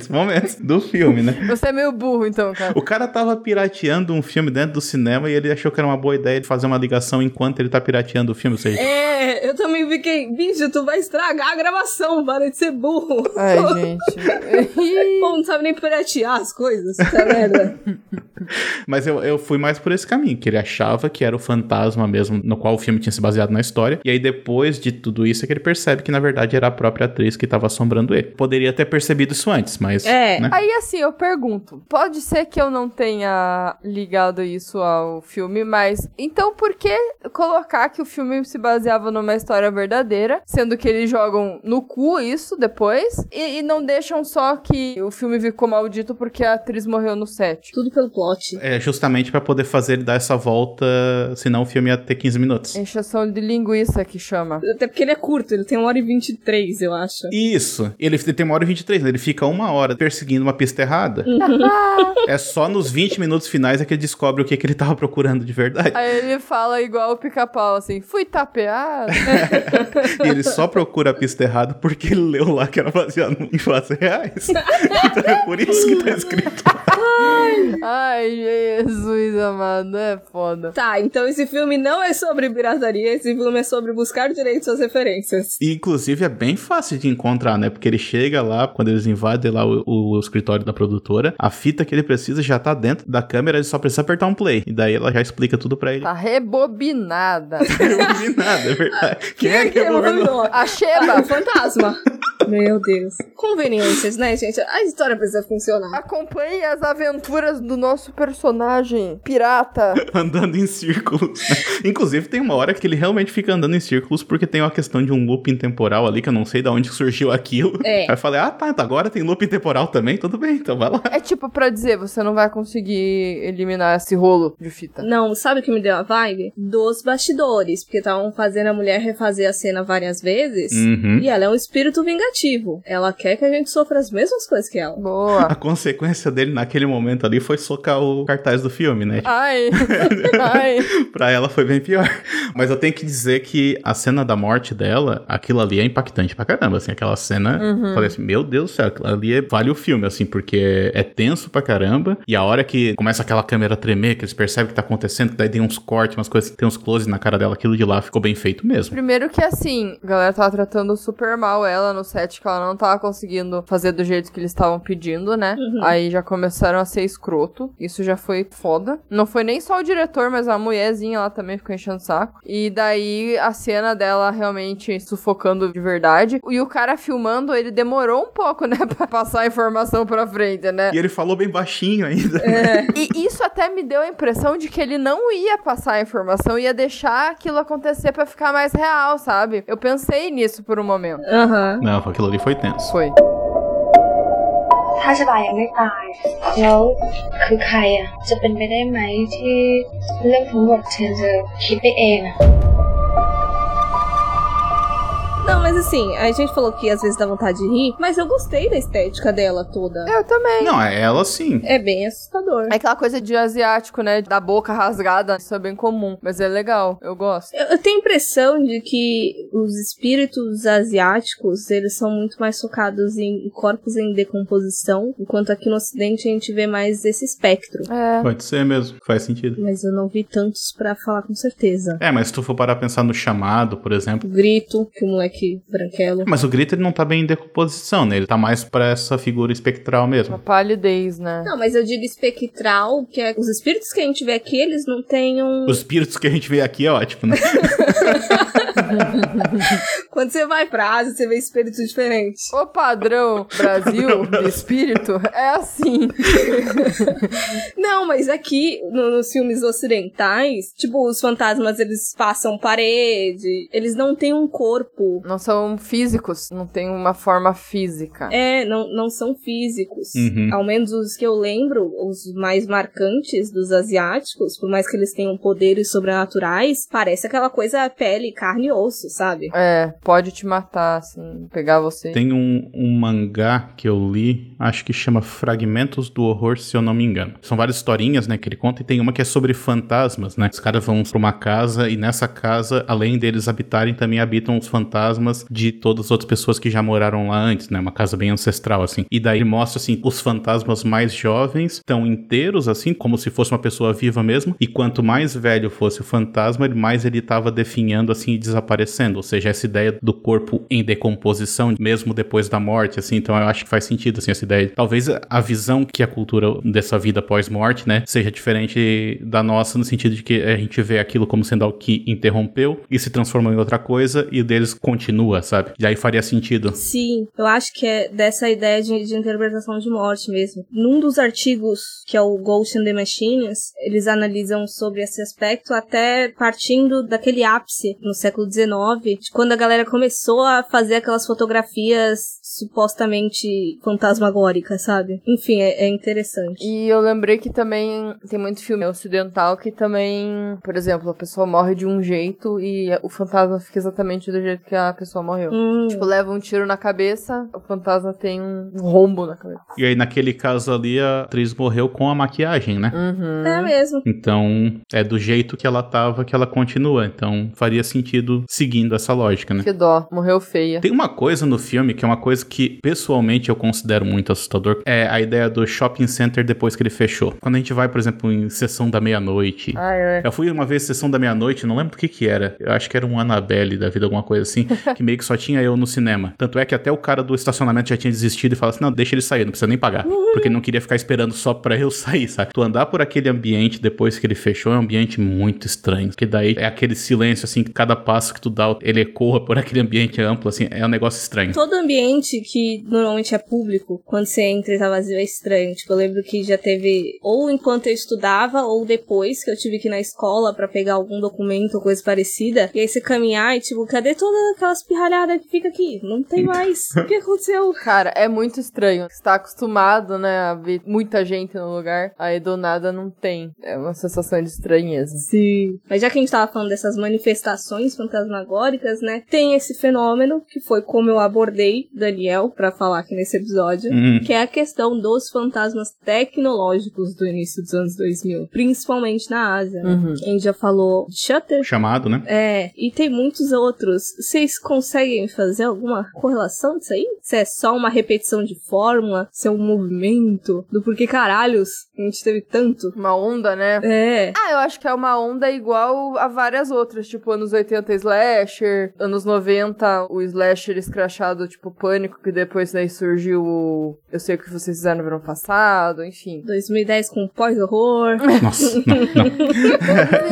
momentos do filme, né? Você é meio burro, então, cara. O cara tava pirateando um filme dentro do cinema e ele achou que era uma boa ideia de fazer uma ligação enquanto ele tá pirateando o filme, ou seja... É, eu também fiquei, bicho, tu vai estragar a gravação, para de ser burro. Ai, gente. Pô, não sabe nem piratear as coisas, tá merda. Mas eu, eu fui mais por esse caminho, que ele achava que era o fantasma mesmo, no qual o filme tinha se baseado na história, e aí depois de tudo isso é que ele percebe que na verdade era a própria atriz que tava assombrando ele. Poderia ter percebido isso antes, mas... É. Né? Aí, assim, eu pergunto, pode ser que eu não tenha ligado isso ao filme, mas então por que colocar que o filme se baseava numa história verdadeira, sendo que eles jogam no cu isso depois, e, e não deixam só que o filme ficou maldito porque a atriz morreu no set? Tudo pelo plot. É justamente pra poder fazer ele dar essa volta, senão o filme ia ter quinze minutos. Encheção de linguiça que chama. Até porque ele é curto, ele tem uma hora e vinte e três, eu acho. Isso. Ele tem uma hora e vinte e três, né? Ele fica uma hora perseguindo uma pista errada. É só nos vinte minutos finais é que ele descobre o que, que ele tava procurando de verdade. Aí ele fala igual o Pica-Pau, assim, fui tapeado. E ele só procura a pista errada porque ele leu lá que era baseado em fatos reais. Então é por isso que tá escrito. Ai, Jesus amado, é foda. Tá, então esse filme não é sobre pirataria, esse filme é sobre buscar direitos às referências. E, inclusive, é bem fácil de encontrar, né? Porque ele chega lá, quando eles invadem lá o, o escritório da produtora, a fita que ele precisa já tá dentro da câmera, ele só precisa apertar um play. E daí ela já explica tudo pra ele. Tá rebobinada. Rebobinada, é verdade. Quem é que rebobinou? A Sheba. Ah, o fantasma. Meu Deus. Conveniências, né, gente? A história precisa funcionar. Acompanhe as aventuras do nosso personagem pirata. Andando em círculos. Né? Inclusive, tem uma hora que ele realmente fica andando em círculos porque tem uma questão de um looping temporal ali, que eu não sei de onde surgiu aquilo. É. Aí eu falei, ah, tá, agora tem looping temporal também? Tudo bem, então vai lá. É tipo pra dizer, você não vai conseguir eliminar esse rolo de fita. Não, sabe o que me deu a vibe? Dos bastidores, porque estavam fazendo a mulher refazer a cena várias vezes, Uhum. e ela é um espírito vingativo. Ela quer que a gente sofra as mesmas coisas que ela. Boa. A consequência dele naquele momento ali foi socar o cartaz do filme, né? Ai. Ai. Pra ela foi bem pior. Mas eu tenho que dizer que a cena da morte dela, aquilo ali é impactante pra caramba, assim, aquela cena, Uhum. falei assim, meu Deus do céu, aquilo ali é, vale o filme, assim, porque é tenso pra caramba, e a hora que começa aquela câmera a tremer, que eles percebem o que tá acontecendo, que daí tem uns cortes, umas coisas, tem uns close na cara dela, aquilo de lá ficou bem feito mesmo. Primeiro que assim, a galera tava tratando super mal ela no set, que ela não tava conseguindo fazer do jeito que eles estavam pedindo, né? Uhum. Aí já começaram a ser escroto. Isso já foi foda. Não foi nem só o diretor, mas a mulherzinha lá também ficou enchendo o saco. E daí a cena dela realmente sufocando de verdade. E o cara filmando, ele demorou um pouco, né? Pra passar a informação pra frente, né? E ele falou bem baixinho ainda. É. E isso até me deu a impressão de que ele não ia passar a informação, ia deixar aquilo acontecer pra ficar mais real, sabe? Eu pensei nisso por um momento. Aham. Não, aquilo ali foi tenso. Foi. ถ้าชบายังไม่ตายแล้วคือใครอ่ะจะเป็นไปได้ไหมที่เรื่องทั้งหมดเธอจะคิดไปเองอ่ะ Não, mas assim, a gente falou que às vezes dá vontade de rir, mas eu gostei da estética dela toda. Eu também. Não, é ela sim. É bem assustador. É aquela coisa de asiático, né? Da boca rasgada, isso é bem comum. Mas é legal, eu gosto. Eu, eu tenho a impressão de que os espíritos asiáticos, eles são muito mais focados em corpos em decomposição, enquanto aqui no ocidente a gente vê mais esse espectro. É. Pode ser mesmo, faz sentido. Mas eu não vi tantos pra falar com certeza. É, mas se tu for parar pra pensar no Chamado, por exemplo... O Grito, que o moleque branquelo. Mas o Grito ele não tá bem em decomposição, né? Ele tá mais pra essa figura espectral mesmo. Uma palidez, né? Não, mas eu digo espectral, que é os espíritos que a gente vê aqui, eles não têm um... Os espíritos que a gente vê aqui é ótimo, né? Quando você vai pra Ásia, você vê espíritos diferentes. O padrão Brasil de espírito é assim. Não, mas aqui, no, nos filmes ocidentais, tipo, os fantasmas, eles passam parede, eles não têm um corpo. Não são físicos, não tem uma forma física. É, não, não são físicos. Uhum. Ao menos os que eu lembro, os mais marcantes dos asiáticos, por mais que eles tenham poderes sobrenaturais, parece aquela coisa pele, carne e osso, sabe? É. pode te matar, assim, pegar você. Tem um, um mangá que eu li, acho que chama Fragmentos do Horror, se eu não me engano. São várias historinhas, né, que ele conta, e tem uma que é sobre fantasmas, né? Os caras vão pra uma casa, e nessa casa, além deles habitarem, também habitam os fantasmas de todas as outras pessoas que já moraram lá antes, né? Uma casa bem ancestral, assim. E daí ele mostra, assim, os fantasmas mais jovens estão inteiros, assim, como se fosse uma pessoa viva mesmo, e quanto mais velho fosse o fantasma, mais ele tava definhando, assim, e desaparecendo. Ou seja, essa ideia do corpo em decomposição, mesmo depois da morte, assim. Então eu acho que faz sentido, assim, essa ideia. Talvez a visão que a cultura dessa vida pós-morte, né, seja diferente da nossa, no sentido de que a gente vê aquilo como sendo algo que interrompeu e se transformou em outra coisa, e o deles continua, sabe? E aí faria sentido. Sim, eu acho que é dessa ideia de, de interpretação de morte mesmo. Num dos artigos, que é o Ghost in the Machines, eles analisam sobre esse aspecto até partindo daquele ápice no século dezenove, de quando a galera começou a fazer aquelas fotografias supostamente fantasmagóricas, sabe? Enfim, é, é interessante. E eu lembrei que também tem muito filme ocidental que também, por exemplo, a pessoa morre de um jeito e o fantasma fica exatamente do jeito que a pessoa morreu. Hum. Tipo, leva um tiro na cabeça, o fantasma tem um rombo na cabeça. E aí, naquele caso ali, a atriz morreu com a maquiagem, né? Uhum. É mesmo. Então, é do jeito que ela tava que ela continua. Então, faria sentido seguindo essa lógica, né? Que dó, morreu feia. Tem uma coisa no filme que é uma coisa que, pessoalmente, eu considero muito assustador. É a ideia do shopping center depois que ele fechou. Quando a gente vai, por exemplo, em sessão da meia-noite. Ah, é. Eu fui uma vez em sessão da meia-noite, não lembro o que que era. Eu acho que era um Annabelle da vida, alguma coisa assim. Que meio que só tinha eu no cinema. Tanto é que até o cara do estacionamento já tinha desistido e falou assim, não, deixa ele sair, não precisa nem pagar. Porque ele não queria ficar esperando só pra eu sair, sabe? Tu andar por aquele ambiente depois que ele fechou é um ambiente muito estranho. Porque daí é aquele silêncio, assim, que cada passo que tu dá, ele ecoa por aquele ambiente amplo, assim, é um negócio estranho. Todo ambiente que normalmente é público, quando você entra e tá vazio, é estranho. Tipo, eu lembro que já teve, ou enquanto eu estudava, ou depois que eu tive que ir na escola pra pegar algum documento ou coisa parecida, e aí você caminhar e tipo, cadê todas aquelas pirralhadas que fica aqui? Não tem mais. O que aconteceu? Cara, é muito estranho. Você tá acostumado, né, a ver muita gente no lugar, aí do nada não tem. É uma sensação de estranheza. Sim. Mas já que a gente tava falando dessas manifestações fantasmagóricas, né, tem esse fenômeno, que foi como eu abordei Daniel pra falar aqui nesse episódio, Hum. que é a questão dos fantasmas tecnológicos do início dos anos dois mil, principalmente na Ásia. Né? Uhum. A gente já falou de Shutter. Chamado, né? É, e tem muitos outros. Vocês conseguem fazer alguma correlação disso aí? Se é só uma repetição de fórmula, se é um movimento, do porquê caralhos a gente teve tanto? Uma onda, né? É. Ah, eu acho que é uma onda igual a várias outras, tipo anos oitenta slasher, anos noventa o slasher escrachado, tipo Pânico, que depois daí surgiu o Eu Sei O Que Vocês Fizeram no Verão Passado, enfim. dois mil e dez com pós-horror. Nossa, não, não.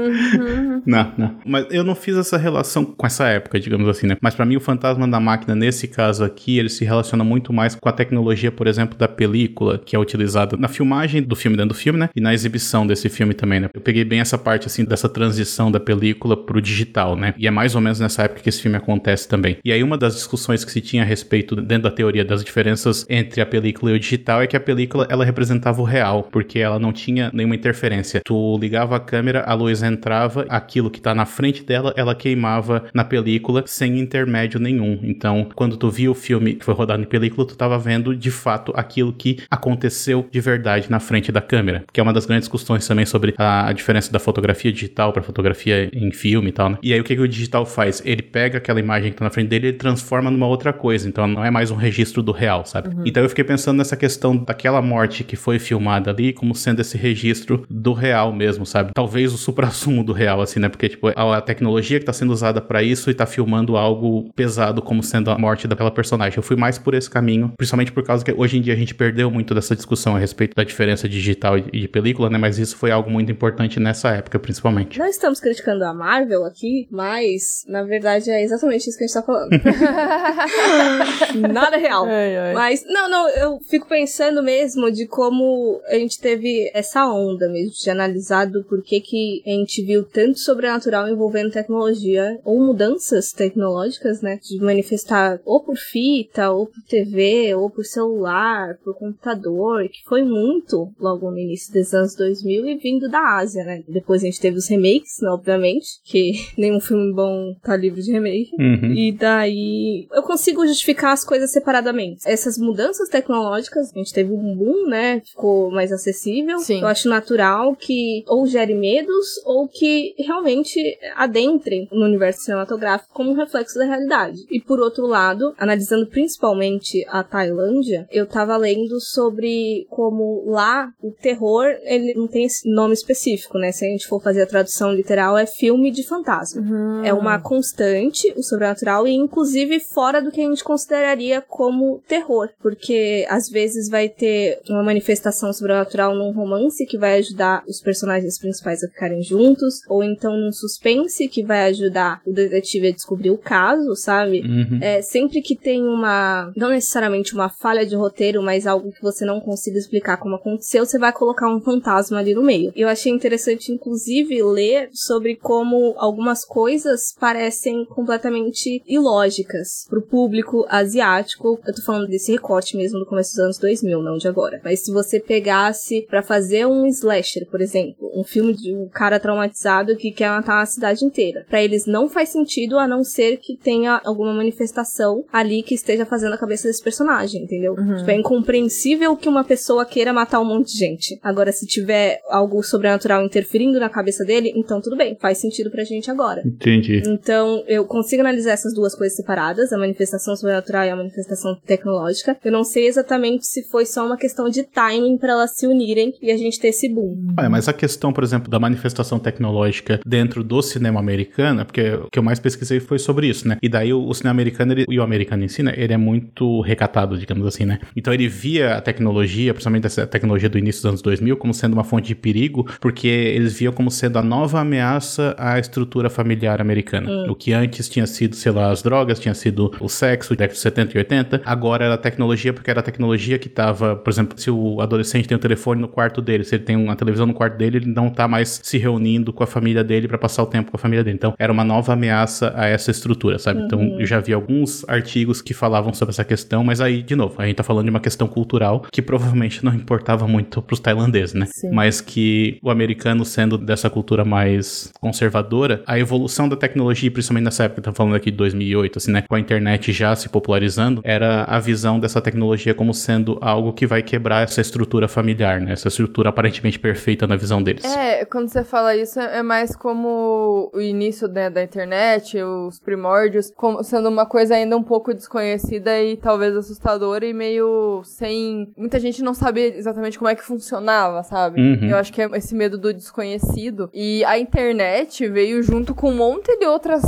Sim. Não, não. Mas eu não fiz essa relação com essa época, digamos assim, né? Mas pra mim o Fantasma da Máquina, nesse caso aqui, ele se relaciona muito mais com a tecnologia, por exemplo, da película, que é utilizada na filmagem do filme, dentro do filme, né? E na exibição desse filme também, né? Eu peguei bem essa parte, assim, dessa transição da película pro digital, né? E é mais ou menos nessa época que esse filme acontece também. E aí uma das discussões que se tinha a respeito, dentro da teoria das diferenças entre a película e o digital, é que a película, ela representava o real, porque ela não tinha nenhuma interferência. Tu ligava a câmera, a luz entrava, aquilo que tá na frente dela, ela queimava na película sem intermédio nenhum. Então, quando tu via o filme que foi rodado em película, tu tava vendo, de fato, aquilo que aconteceu de verdade na frente da câmera, que é uma das grandes discussões também sobre a, a diferença da fotografia digital pra fotografia em filme e tal, né? E aí, o que, que o digital faz? Ele pega aquela imagem que tá na frente dele e ele transforma numa outra coisa, então não é mais um registro do real, sabe? Uhum. Então eu fiquei pensando nessa questão daquela morte que foi filmada ali, como sendo esse registro do real mesmo, sabe? Talvez o suprassumo do real, assim, né? Porque, tipo, a, a tecnologia que tá sendo usada pra isso e tá filmando algo pesado como sendo a morte daquela personagem. Eu fui mais por esse caminho, principalmente por causa que hoje em dia a gente perdeu muito dessa discussão a respeito da diferença digital e de película, né? Mas isso foi algo muito importante nessa época, principalmente. Nós estamos criticando a Marvel aqui, mas, na verdade, é exatamente isso que a gente tá falando. Nada real. Ai, ai. Mas, não, não, eu fico pensando mesmo de como a gente teve essa onda mesmo, de analisar do porquê que a gente viu tantos sobrenatural envolvendo tecnologia ou mudanças tecnológicas, né? De manifestar ou por fita, ou por T V, ou por celular, por computador, que foi muito logo no início dos anos dois mil e vindo da Ásia, né? Depois a gente teve os remakes, né, obviamente, que nenhum filme bom tá livre de remake. Uhum. E daí eu consigo justificar as coisas separadamente. Essas mudanças tecnológicas, a gente teve um boom, né? Ficou mais acessível. Sim. Eu acho natural que ou gere medos ou que realmente adentrem no universo cinematográfico como um reflexo da realidade. E por outro lado, analisando principalmente a Tailândia, eu tava lendo sobre como lá o terror, ele não tem esse nome específico, né? Se a gente for fazer a tradução literal, é filme de fantasma. Uhum. É uma constante, o sobrenatural, e inclusive fora do que a gente consideraria como terror, porque às vezes vai ter uma manifestação sobrenatural num romance que vai ajudar os personagens principais a ficarem juntos, ou então num suspense que vai ajudar o detetive a descobrir o caso, sabe? Uhum. É, sempre que tem uma, não necessariamente uma falha de roteiro, mas algo que você não consiga explicar como aconteceu, você vai colocar um fantasma ali no meio. Eu achei interessante, inclusive, ler sobre como algumas coisas parecem completamente ilógicas pro público asiático. Eu tô falando desse recorte mesmo do começo dos anos dois mil, não de agora. Mas se você pegasse pra fazer um slasher, por exemplo, um filme de um cara traumatizado que quer matar a cidade inteira, pra eles não faz sentido a não ser que tenha alguma manifestação ali que esteja fazendo a cabeça desse personagem, entendeu? Uhum. Tipo, é incompreensível que uma pessoa queira matar um monte de gente. Agora, se tiver algo sobrenatural interferindo na cabeça dele, então tudo bem, faz sentido pra gente agora. Entendi. Então, eu consigo analisar essas duas coisas separadas, a manifestação sobrenatural e a manifestação tecnológica. Eu não sei exatamente se foi só uma questão de timing pra elas se unirem e a gente ter esse boom. Olha, mas a questão, por exemplo, da manifestação tecnológica dentro do cinema americano, porque o que eu mais pesquisei foi sobre isso, né? E daí o, o cinema americano, ele, e o americano em si, né? Ele é muito recatado, digamos assim, né? Então ele via a tecnologia, principalmente essa tecnologia do início dos anos dois mil, como sendo uma fonte de perigo, porque eles viam como sendo a nova ameaça à estrutura familiar americana. Hum. O que antes tinha sido, sei lá, as drogas, tinha sido o sexo, década de setenta e oitenta, agora era a tecnologia, porque era a tecnologia que tava, por exemplo, se o adolescente tem um telefone no quarto dele, se ele tem uma televisão no quarto dele, ele não tá mais se reunindo com a família dele pra passar o tempo com a família dele. Então, era uma nova ameaça a essa estrutura, sabe? Uhum. Então, eu já vi alguns artigos que falavam sobre essa questão, mas aí, de novo, a gente tá falando de uma questão cultural que provavelmente não importava muito pros tailandeses, né? Sim. Mas que o americano, sendo dessa cultura mais conservadora, a evolução da tecnologia, principalmente nessa época, tá falando aqui de dois mil e oito, assim, né? Com a internet já se popularizando, era a visão dessa tecnologia como sendo algo que vai quebrar essa estrutura familiar, né? Essa estrutura aparentemente perfeita na visão deles. É, quando você fala isso, é mais como o início, né, da internet, os primórdios, como sendo uma coisa ainda um pouco desconhecida e talvez assustadora e meio sem... Muita gente não sabia exatamente como é que funcionava, sabe? Uhum. Eu acho que é esse medo do desconhecido. E a internet veio junto com um monte de outras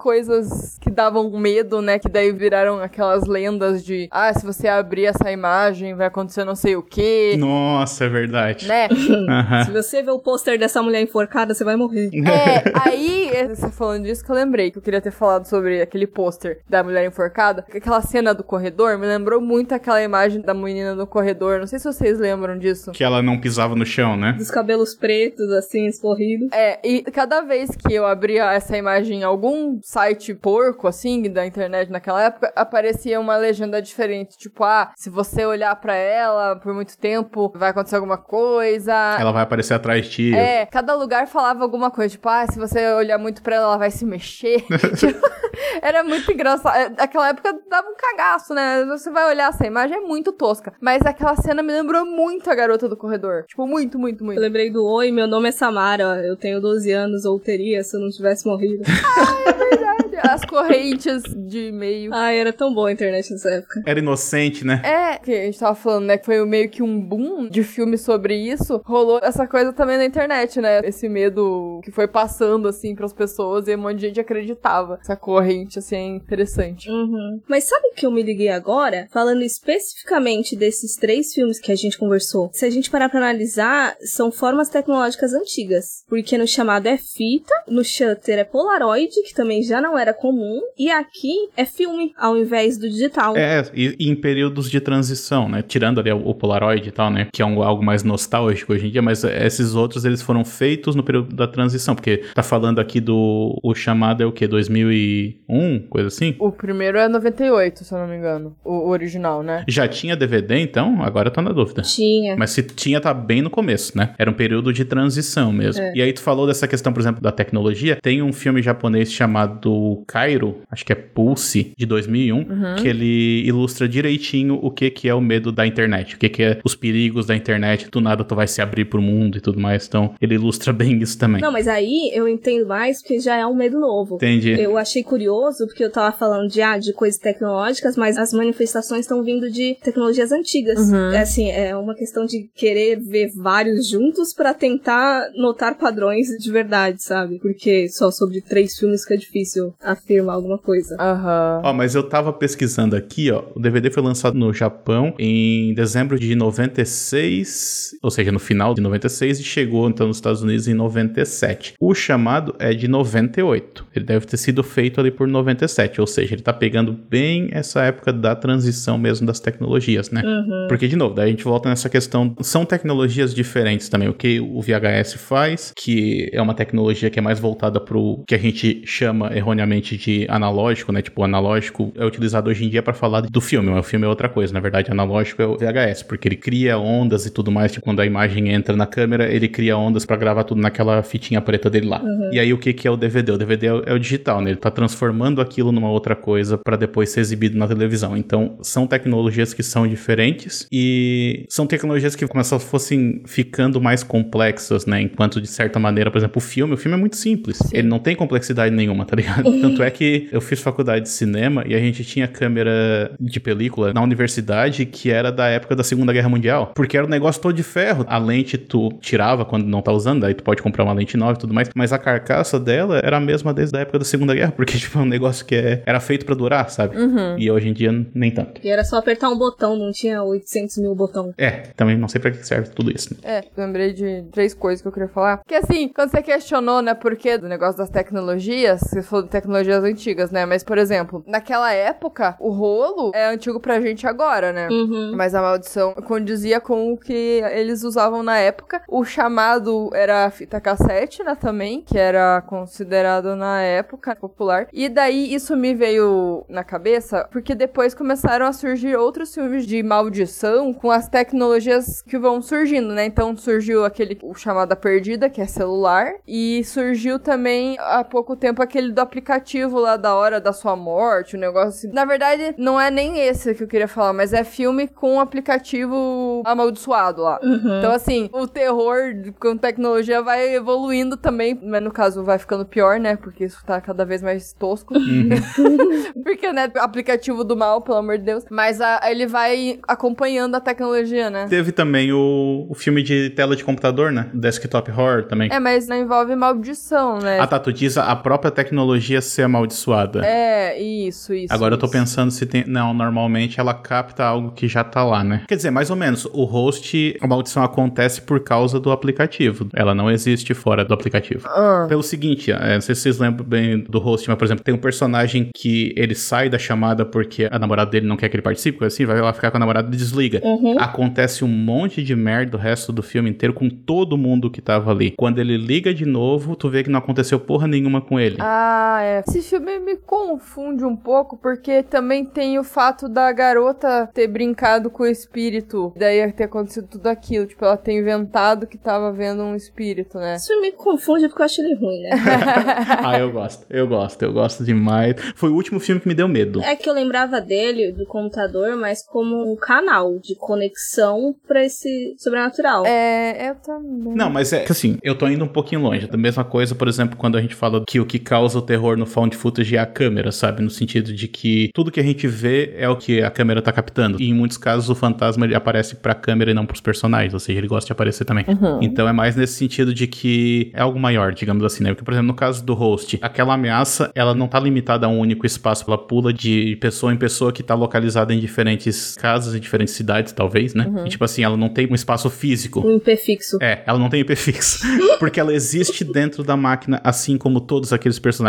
coisas que davam medo, né? Que daí viraram aquelas lendas de, ah, se você abrir essa imagem vai acontecer não sei o quê. Nossa, é verdade. Né? Uhum. Se você ver o pôster dessa mulher enforcada, você vai morrer. É, aí, você falando disso que eu lembrei, que eu queria ter falado sobre aquele pôster da mulher enforcada. Aquela cena do corredor me lembrou muito aquela imagem da menina no corredor. Não sei se vocês lembram disso. Que ela não pisava no chão, né? Dos cabelos pretos, assim, escorridos. É, e cada vez que eu abria essa imagem em algum site porco, assim, da internet naquela época, aparecia uma legenda diferente. Tipo, ah, se você olhar pra ela por muito tempo, vai acontecer alguma coisa. Ela vai aparecer atrás de ti. É, cada lugar falava alguma coisa. Tipo, ah, se você olhar muito pra ela, ela vai se mexer. Tipo, era muito engraçado. Naquela época dava um cagaço, né? Você vai olhar essa imagem, é muito tosca. Mas aquela cena me lembrou muito a garota do corredor. Tipo, muito, muito, muito. Eu lembrei do Oi, meu nome é Samara, eu tenho doze anos, ou teria se eu não tivesse morrido. Ah, é verdade. As correntes de e-mail. Ai, era tão boa a internet nessa época. Era inocente, né? É, que a gente tava falando, né? Que foi meio que um boom de filme sobre isso. Rolou essa coisa também na internet, né? Esse medo que foi passando, assim, pras pessoas e um monte de gente acreditava. Essa corrente, assim, é interessante. Uhum. Mas sabe o que eu me liguei agora? Falando especificamente desses três filmes que a gente conversou. Se a gente parar pra analisar, são formas tecnológicas antigas. Porque no chamado é fita, no shutter é Polaroid, que também já não era comum, e aqui é filme, ao invés do digital. É, e, e em períodos de transição, né? Tirando ali o, o Polaroid e tal, né? Que é um, algo mais nostálgico hoje em dia, mas esses outros, eles foram feitos no período da transição, porque tá falando aqui do... O chamado é o quê? dois mil e um? Coisa assim? O primeiro é noventa e oito, se eu não me engano. O, o original, né? Já tinha D V D, então? Agora eu tô na dúvida. Tinha. Mas se tinha, tá bem no começo, né? Era um período de transição mesmo. É. E aí tu falou dessa questão, por exemplo, da tecnologia. Tem um filme japonês chamado Kairo, acho que é Pulse, de dois mil e um, Uhum. que ele ilustra direitinho o que que é o medo da internet, o que que é os perigos da internet, do nada tu vai se abrir pro mundo e tudo mais. Então, ele ilustra bem isso também. Não, mas aí eu entendo mais porque já é um medo novo. Entendi. Eu achei curioso porque eu tava falando de, ah, de coisas tecnológicas, mas as manifestações estão vindo de tecnologias antigas. Uhum. É assim, é uma questão de querer ver vários juntos pra tentar notar padrões de verdade, sabe? Porque só sobre três filmes que é difícil afirmar alguma coisa. Aham. Ó, mas eu tava pesquisando aqui, ó, o D V D foi lançado no Japão em dezembro de noventa e seis, ou seja, no final de noventa e seis, e chegou então nos Estados Unidos em noventa e sete. O chamado é de noventa e oito. Ele deve ter sido feito ali por noventa e sete, ou seja, ele tá pegando bem essa época da transição mesmo das tecnologias, né? Uhum. Porque, de novo, daí a gente volta nessa questão, são tecnologias diferentes também, o que o V H S faz, que é uma tecnologia que é mais voltada pro que a gente chama erroneamente de analógico, né? Tipo, o analógico é utilizado hoje em dia para falar do filme, mas o filme é outra coisa. Na verdade, analógico é o V H S, porque ele cria ondas e tudo mais. Tipo, quando a imagem entra na câmera, ele cria ondas para gravar tudo naquela fitinha preta dele lá. Uhum. E aí, o que que é o D V D? O D V D é o, é o digital, né? Ele tá transformando aquilo numa outra coisa para depois ser exibido na televisão. Então, são tecnologias que são diferentes e são tecnologias que como se elas fossem ficando mais complexas, né? Enquanto, de certa maneira, por exemplo, o filme, o filme é muito simples. Sim. Ele não tem complexidade nenhuma, tá ligado? Tanto é que eu fiz faculdade de cinema e a gente tinha câmera de película na universidade que era da época da Segunda Guerra Mundial. Porque era um negócio todo de ferro. A lente tu tirava quando não tá usando, aí tu pode comprar uma lente nova e tudo mais. Mas a carcaça dela era a mesma desde a época da Segunda Guerra, porque tipo, é um negócio que é, era feito pra durar, sabe? Uhum. E hoje em dia, nem tanto. E era só apertar um botão, não tinha oitocentos mil botão. É, também não sei pra que serve tudo isso, né? É, lembrei de três coisas que eu queria falar. Porque assim, quando você questionou, né, por que do negócio das tecnologias, você falou de tecnologias antigas, né? Mas, por exemplo, naquela época, o rolo é antigo pra gente agora, né? Uhum. Mas a maldição condizia com o que eles usavam na época. O chamado era a fita cassete, né, também, que era considerado na época popular. E daí isso me veio na cabeça, porque depois começaram a surgir outros filmes de maldição com as tecnologias que vão surgindo, né? Então surgiu aquele, o chamado A Perdida, que é celular, e surgiu também há pouco tempo aquele do aplicativo lá da hora da sua morte, o um negócio assim. Na verdade, não é nem esse que eu queria falar, mas é filme com aplicativo amaldiçoado lá. Uhum. Então, assim, o terror com tecnologia vai evoluindo também, mas no caso vai ficando pior, né? Porque isso tá cada vez mais tosco. Porque, né, aplicativo do mal, pelo amor de Deus. Mas a, ele vai acompanhando a tecnologia, né? Teve também o, o filme de tela de computador, né? Desktop Horror também. É, mas não envolve maldição, né? Ah, tá, tu diz a própria tecnologia ser amaldiçoada. É, isso, isso. Agora eu tô isso. pensando se tem... Não, normalmente ela capta algo que já tá lá, né? Quer dizer, mais ou menos, o host, a maldição acontece por causa do aplicativo. Ela não existe fora do aplicativo. Ah. Pelo seguinte, é, não sei se vocês lembram bem do host, mas, por exemplo, tem um personagem que ele sai da chamada porque a namorada dele não quer que ele participe, coisa assim, vai lá ficar com a namorada e desliga. Uhum. Acontece um monte de merda o resto do filme inteiro com todo mundo que tava ali. Quando ele liga de novo, tu vê que não aconteceu porra nenhuma com ele. Ah, é. Esse filme me confunde um pouco, porque também tem o fato da garota ter brincado com o espírito. Daí ter acontecido tudo aquilo. Tipo, ela ter inventado que tava vendo um espírito, né? Isso me confunde porque eu acho ele ruim, né? Ah, eu gosto. Eu gosto. Eu gosto demais. Foi o último filme que me deu medo. É que eu lembrava dele, do computador, mas como um canal de conexão pra esse sobrenatural. É, eu também. Não, mas é que assim, eu tô indo um pouquinho longe. Da mesma coisa, por exemplo, quando a gente fala que o que causa o terror no found footage é a câmera, sabe? No sentido de que tudo que a gente vê é o que a câmera tá captando. E em muitos casos o fantasma ele aparece pra câmera e não pros personagens, ou seja, ele gosta de aparecer também. Uhum. Então é mais nesse sentido de que é algo maior, digamos assim, né? Porque, por exemplo, no caso do host, aquela ameaça, ela não tá limitada a um único espaço, ela pula de pessoa em pessoa que tá localizada em diferentes casas, em diferentes cidades, talvez, né? Uhum. E, tipo assim, ela não tem um espaço físico. Um I P fixo. É, ela não tem I P fixo. Porque ela existe dentro da máquina, assim como todos aqueles personagens. A gente não vê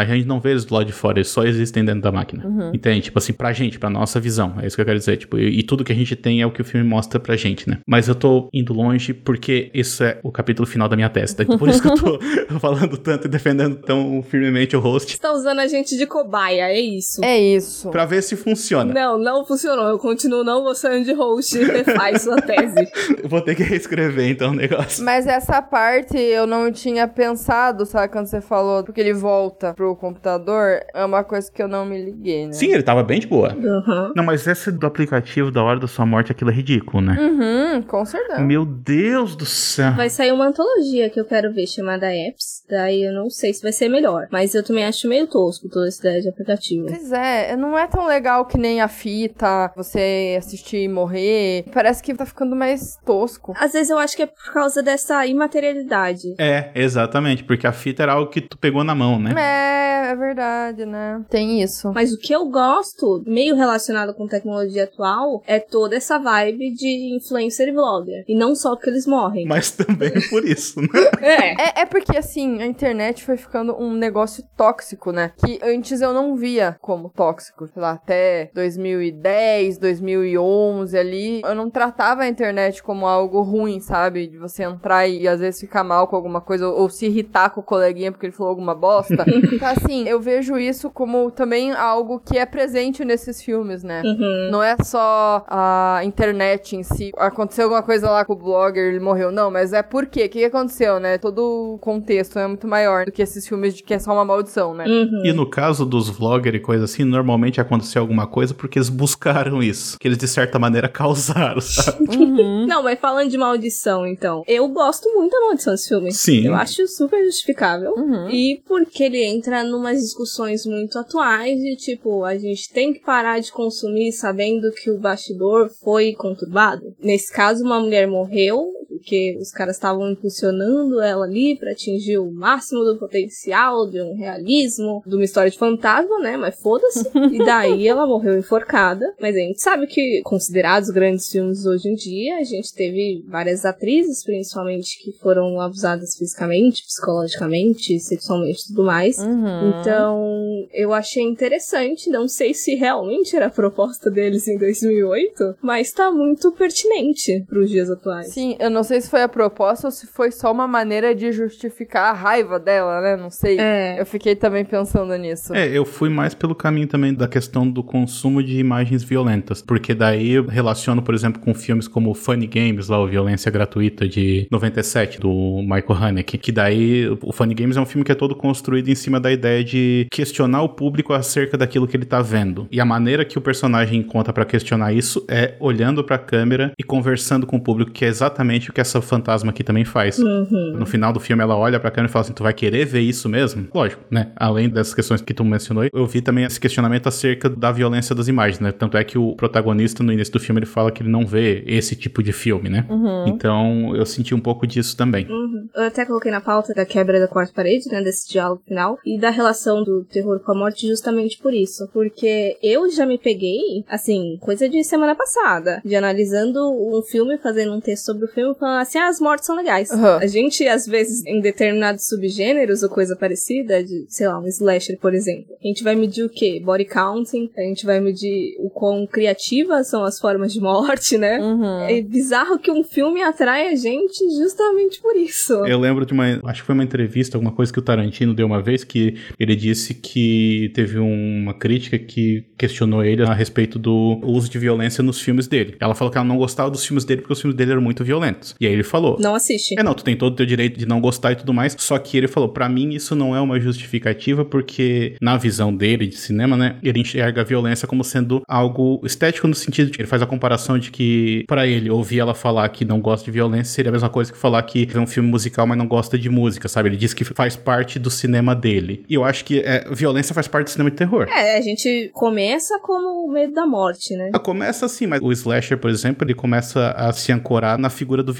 vê eles do lado de fora, eles só existem dentro da máquina. Uhum. Entende? Tipo assim, pra gente, pra nossa visão. É isso que eu quero dizer. Tipo, e, e tudo que a gente tem é o que o filme mostra pra gente, né? Mas eu tô indo longe porque isso é o capítulo final da minha testa. Então por isso que eu tô falando tanto e defendendo tão firmemente o host. Você tá usando a gente de cobaia, é isso. É isso. Pra ver se funciona. Não, não funcionou. Eu continuo não gostando de host e refaz sua tese. Eu vou ter que reescrever, então, o negócio. Mas essa parte eu não tinha pensado, sabe? Quando você falou porque ele volta pro computador, é uma coisa que eu não me liguei, né? Sim, ele tava bem de boa. Uhum. Não, mas esse do aplicativo da hora da sua morte, aquilo é ridículo, né? Uhum, com certeza. Meu Deus do céu. Vai sair uma antologia que eu quero ver, chamada Apps. Daí eu não sei se vai ser melhor. Mas eu também acho meio tosco toda essa ideia de aplicativo. Pois é, não é tão legal que nem a fita, você assistir e morrer. Parece que tá ficando mais tosco. Às vezes eu acho que é por causa dessa imaterialidade. É, exatamente, porque a fita era algo que tu pegou na mão, né? É, é verdade, né? Tem isso. Mas o que eu gosto, meio relacionado com tecnologia atual, é toda essa vibe de influencer e vlogger. E não só porque eles morrem. Mas também por isso, né? É. É, é porque, assim, a internet foi ficando um negócio tóxico, né? Que antes eu não via como tóxico. Sei lá, até dois mil e dez, dois mil e onze ali, eu não tratava a internet como algo ruim, sabe? De você entrar e, às vezes ficar mal com alguma coisa ou, ou se irritar com o coleguinha porque ele falou alguma bosta. Então, assim, eu vejo isso como também algo que é presente nesses filmes, né? Uhum. Não é só a internet em si. Aconteceu alguma coisa lá com o blogger, ele morreu. Não, mas é por quê? O que aconteceu, né? Todo o contexto é muito maior do que esses filmes de que é só uma maldição, né? Uhum. E no caso dos vloggers e coisa assim, normalmente aconteceu alguma coisa porque eles buscaram isso. Que eles, de certa maneira, causaram, sabe? Uhum. Não, mas falando de maldição, então. Eu gosto muito da maldição desse filme. Sim. Eu acho super justificável. Uhum. E porque ele entra numas discussões muito atuais de, tipo, a gente tem que parar de consumir sabendo que o bastidor foi conturbado. Nesse caso, uma mulher morreu porque os caras estavam impulsionando ela ali pra atingir o máximo do potencial de um realismo, de uma história de fantasma, né? Mas foda-se. E daí ela morreu enforcada. Mas a gente sabe que, considerados grandes filmes hoje em dia, a gente teve várias atrizes, principalmente, que foram abusadas fisicamente, psicologicamente, sexualmente e tudo mais. Uhum. Então, eu achei interessante. Não sei se realmente era a proposta deles em dois mil e oito, mas tá muito pertinente pros dias atuais. Sim, eu não sei se foi a proposta ou se foi só uma maneira de justificar a raiva dela, né? Não sei. É. Eu fiquei também pensando nisso. É, eu fui mais pelo caminho também da questão do consumo de imagens violentas, porque daí eu relaciono, por exemplo, com filmes como Funny Games, lá, o Violência Gratuita de noventa e sete, do Michael Haneke, que daí o Funny Games é um filme que é todo construído em cima da ideia de questionar o público acerca daquilo que ele tá vendo. E a maneira que o personagem encontra pra questionar isso é olhando pra câmera e conversando com o público, que é exatamente o que essa fantasma aqui também faz. Uhum. No final do filme, ela olha pra câmera e fala assim, tu vai querer ver isso mesmo? Lógico, né? Além dessas questões que tu mencionou, eu vi também esse questionamento acerca da violência das imagens, né? Tanto é que o protagonista, no início do filme, ele fala que ele não vê esse tipo de filme, né? Uhum. Então, eu senti um pouco disso também. Uhum. Eu até coloquei na pauta da quebra da quarta parede, né, desse diálogo final, e da relação do terror com a morte justamente por isso. Porque eu já me peguei, assim, coisa de semana passada, de analisando um filme, fazendo um texto sobre o filme, falando assim, ah, as mortes são legais. Uhum. A gente, às vezes, em determinados subgêneros ou coisa parecida, de, sei lá, um slasher, por exemplo, a gente vai medir o quê? Body counting, a gente vai medir o quão criativas são as formas de morte, né? Uhum. É bizarro que um filme atrai a gente justamente por isso. Eu lembro de uma, acho que foi uma entrevista, alguma coisa que o Tarantino deu uma vez, que ele disse que teve uma crítica que questionou ele a respeito do uso de violência nos filmes dele. Ela falou que ela não gostava dos filmes dele porque os filmes dele eram muito violentos. E aí ele falou... Não assiste. É, não, tu tem todo o teu direito de não gostar e tudo mais, só que ele falou, pra mim isso não é uma justificativa porque na visão dele de cinema, né, ele enxerga a violência como sendo algo estético no sentido de, ele faz a comparação de que pra ele, ouvir ela falar que não gosta de violência seria a mesma coisa que falar que vê um filme musical, mas não gosta de música, sabe? Ele diz que faz parte do cinema dele. E eu acho que é, violência faz parte do cinema de terror. É, a gente começa como o medo da morte, né? Ah, começa assim, mas o slasher, por exemplo, ele começa a se ancorar na figura do vilão.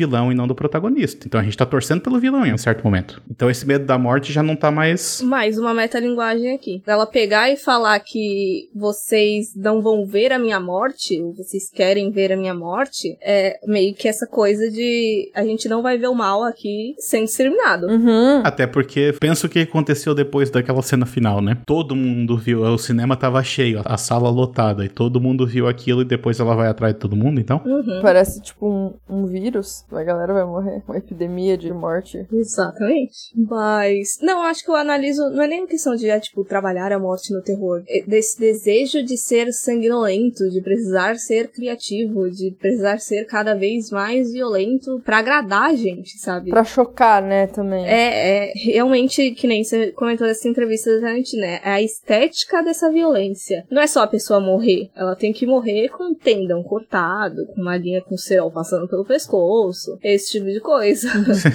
vilão e não do protagonista. Então a gente tá torcendo pelo vilão em um certo momento. Então esse medo da morte já não tá mais... Mais uma metalinguagem aqui. Ela pegar e falar que vocês não vão ver a minha morte, ou vocês querem ver a minha morte, é meio que essa coisa de a gente não vai ver o mal aqui sendo exterminado. Uhum. Até porque penso o que aconteceu depois daquela cena final, né? Todo mundo viu, o cinema tava cheio, a sala lotada, e todo mundo viu aquilo e depois ela vai atrás de todo mundo, então? Uhum. Parece tipo um, um vírus, a galera vai morrer, uma epidemia de morte. Exatamente. Mas, não, acho que eu analiso, não é nem questão de, é, tipo, trabalhar a morte no terror. É desse desejo de ser sanguinolento, de precisar ser criativo, de precisar ser cada vez mais violento pra agradar a gente, sabe? Pra chocar, né, também. É, é realmente, que nem você comentou nessa entrevista da Tarantino, né? É a estética dessa violência. Não é só a pessoa morrer. Ela tem que morrer com um tendão cortado, com uma linha com cerol passando pelo pescoço, esse tipo de coisa.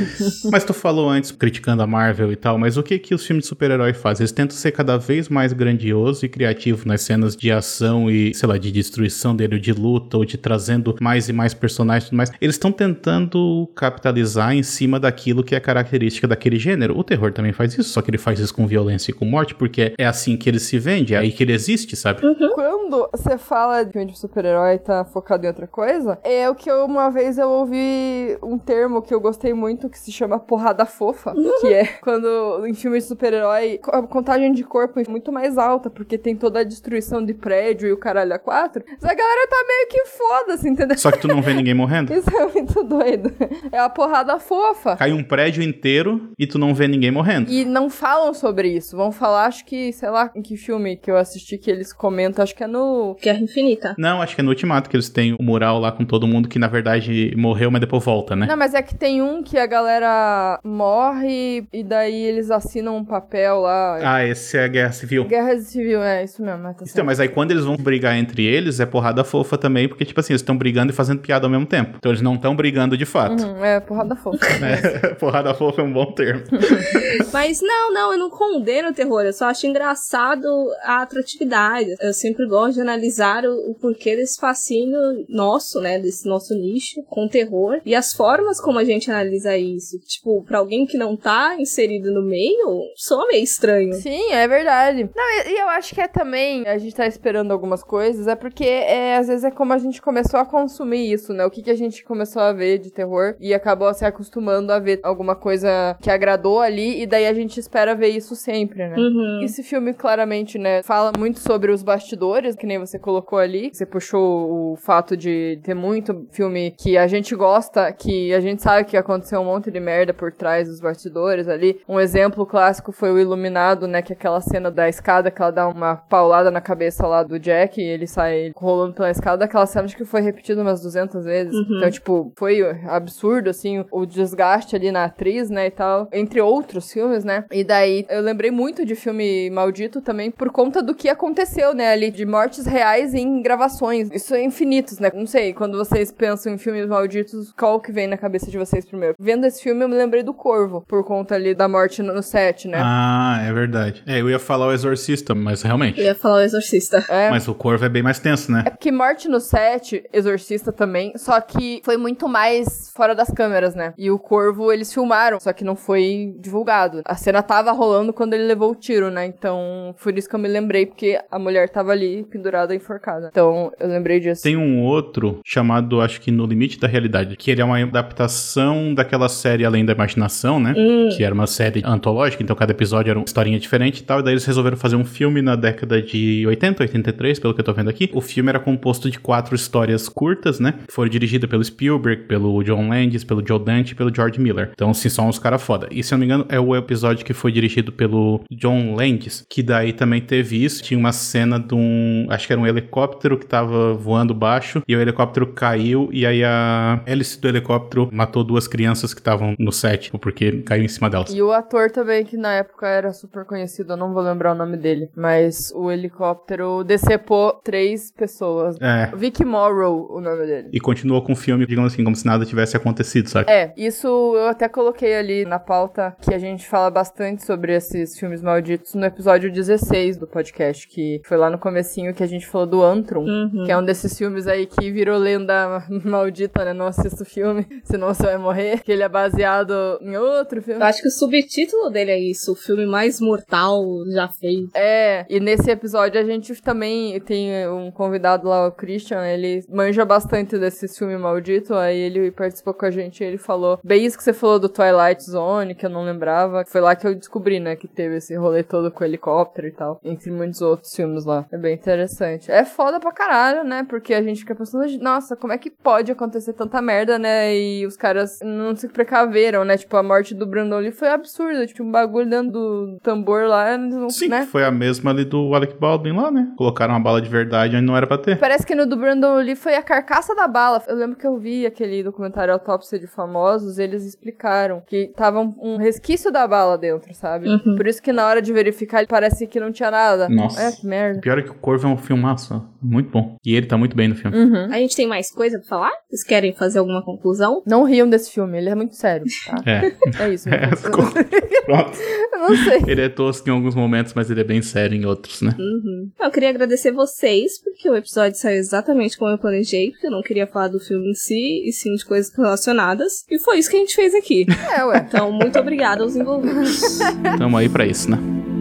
Mas tu falou antes, criticando a Marvel e tal, mas o que que os filmes de super-herói fazem? Eles tentam ser cada vez mais grandioso e criativo nas cenas de ação e, sei lá, de destruição dele, ou de luta, ou de trazendo mais e mais personagens e tudo mais. Eles estão tentando capitalizar em cima daquilo que é característica daquele gênero. O terror também faz isso, só que ele faz isso com violência e com morte, porque é assim que ele se vende, é aí que ele existe, sabe? Uhum. Quando você fala de filme de super-herói e tá focado em outra coisa, é o que eu, uma vez eu ouvi um termo que eu gostei muito, que se chama porrada fofa, que é quando em filmes de super-herói a contagem de corpo é muito mais alta, porque tem toda a destruição de prédio e o caralho a quatro, mas a galera tá meio que foda-se, entendeu? Só que tu não vê ninguém morrendo. Isso é muito doido. É a porrada fofa. Cai um prédio inteiro e tu não vê ninguém morrendo. E não falam sobre isso. Vão falar, acho que, sei lá, em que filme que eu assisti que eles comentam, acho que é no... Guerra Infinita. Não, acho que é no Ultimato que eles têm o mural lá com todo mundo que na verdade morreu, mas depois volta, né? Não, mas é que tem um que a galera morre e daí eles assinam um papel lá. Ah, esse é a Guerra Civil. Guerra Civil, é isso mesmo. Tá Então, mas aí quando eles vão brigar entre eles, é porrada fofa também, porque, tipo assim, eles estão brigando e fazendo piada ao mesmo tempo. Então eles não estão brigando de fato. Uhum, é, porrada fofa. É, porrada fofa é um bom termo. Mas não, não, eu não condeno o terror, eu só acho engraçado a atratividade. Eu sempre gosto de analisar o, o porquê desse fascínio nosso, né, desse nosso nicho com o terror e as formas como a gente analisa isso. Tipo, pra alguém que não tá inserido no meio, soa meio estranho. Sim, é verdade. Não, e, e eu acho que é também, a gente tá esperando algumas coisas, é porque é, às vezes é como a gente começou a consumir isso, né? O que, que a gente começou a ver de terror e acabou se acostumando a ver alguma coisa que agradou ali e daí a gente espera ver isso sempre, né? Uhum. Esse filme claramente, né, fala muito sobre os bastidores, que nem você colocou ali. Você puxou o fato de ter muito filme que a gente gosta, que a gente sabe que aconteceu um monte de merda por trás dos bastidores ali. Um exemplo clássico foi o Iluminado, né, que é aquela cena da escada que ela dá uma paulada na cabeça lá do Jack e ele sai rolando pela escada. Aquela cena acho que foi repetida umas duzentas vezes. Uhum. Então, tipo, foi absurdo, assim, o desgaste ali na atriz, né, e tal. Entre outros filmes, né. E daí, eu lembrei muito de filme maldito também por conta do que aconteceu, né, ali, de mortes reais em gravações. Isso é infinitos, né. Não sei, quando vocês pensam em filmes malditos, qual que vem na cabeça de vocês primeiro? Vendo esse filme, eu me lembrei do Corvo, por conta ali da morte no set, né. Ah, é verdade. É, eu ia falar o Exorcista, mas realmente. Eu ia falar o Exorcista. É. Mas o Corvo é bem mais tenso, né? É porque Morte no Set, Exorcista também, só que foi muito mais fora das câmeras, né? E o Corvo eles filmaram, só que não foi divulgado. A cena tava rolando quando ele levou o tiro, né? Então, por isso que eu me lembrei, porque a mulher tava ali pendurada, enforcada. Então, eu lembrei disso. Tem um outro chamado, acho que No Limite da Realidade, que ele é uma adaptação daquela série Além da Imaginação, né? Hum. Que era uma série antológica, então cada episódio era uma historinha diferente e tal, e daí eles resolveram fazer um filme na década de oitenta, oitenta e três, pelo que eu tô vendo aqui. O filme era composto de quatro histórias curtas, né? Que foram dirigidas pelo Spielberg, pelo John Landis, pelo Joe Dante e pelo George Miller. Então, assim, são uns caras foda. E, se eu não me engano, é o episódio que foi dirigido pelo John Landis, que daí também teve isso. Tinha uma cena de um... acho que era um helicóptero que tava voando baixo, e o helicóptero caiu, e aí a hélice do helicóptero matou duas crianças que estavam no set, porque caiu em cima delas. E o ator também, que na época era super conhecido, eu não vou lembrar o nome dele, mas o helicóptero decepou três pessoas. É. Vic Morrow, o nome dele. E continuou com o filme, digamos assim, como se nada tivesse acontecido, sabe? É, isso eu até coloquei ali na pauta, que a gente fala bastante sobre esses filmes malditos no episódio dezesseis do podcast, que foi lá no comecinho que a gente falou do Antrum, Uhum. que é um desses filmes aí que virou lenda maldita, né? Não assisto filme. filme, senão você vai morrer, que ele é baseado em outro filme. Eu acho que o subtítulo dele é isso, o filme mais mortal já feito. É, e nesse episódio a gente também tem um convidado lá, o Christian, ele manja bastante desse filme maldito, aí ele participou com a gente e ele falou bem isso que você falou do Twilight Zone, que eu não lembrava, foi lá que eu descobri, né, que teve esse rolê todo com o helicóptero e tal, entre muitos outros filmes lá. É bem interessante. É foda pra caralho, né, porque a gente fica pensando, nossa, como é que pode acontecer tanta merda, né, e os caras não se precaveram, né, tipo, a morte do Brandon Lee foi absurda, tipo, um bagulho dentro do tambor lá, não, Sim, né? foi a mesma ali do Alec Baldwin lá, né? Colocaram uma bala de verdade onde não era pra ter. Parece que no do Brandon Lee foi a carcaça da bala. Eu lembro que eu vi aquele documentário Autópsia de Famosos, eles explicaram que tava um, um resquício da bala dentro, sabe? Uhum. Por isso que na hora de verificar, parece que não tinha nada. Nossa. É, que merda. O pior é que o Corvo é um filmaço, ó. Muito bom. E ele tá muito bem no filme. Uhum. A gente tem mais coisa pra falar? Vocês querem fazer alguma conclusão? Não riam desse filme, ele é muito sério, tá? É. É isso. É, meu ficou- Pronto. Eu não sei. Ele é tosco em alguns momentos, mas ele é bem sério em outros, né? Uhum. Eu queria agradecer vocês, porque o episódio saiu exatamente como eu planejei, porque eu não queria falar do filme em si, e sim de coisas relacionadas. E foi isso que a gente fez aqui. É, ué. Então, muito obrigada aos envolvidos. Tamo aí pra isso, né?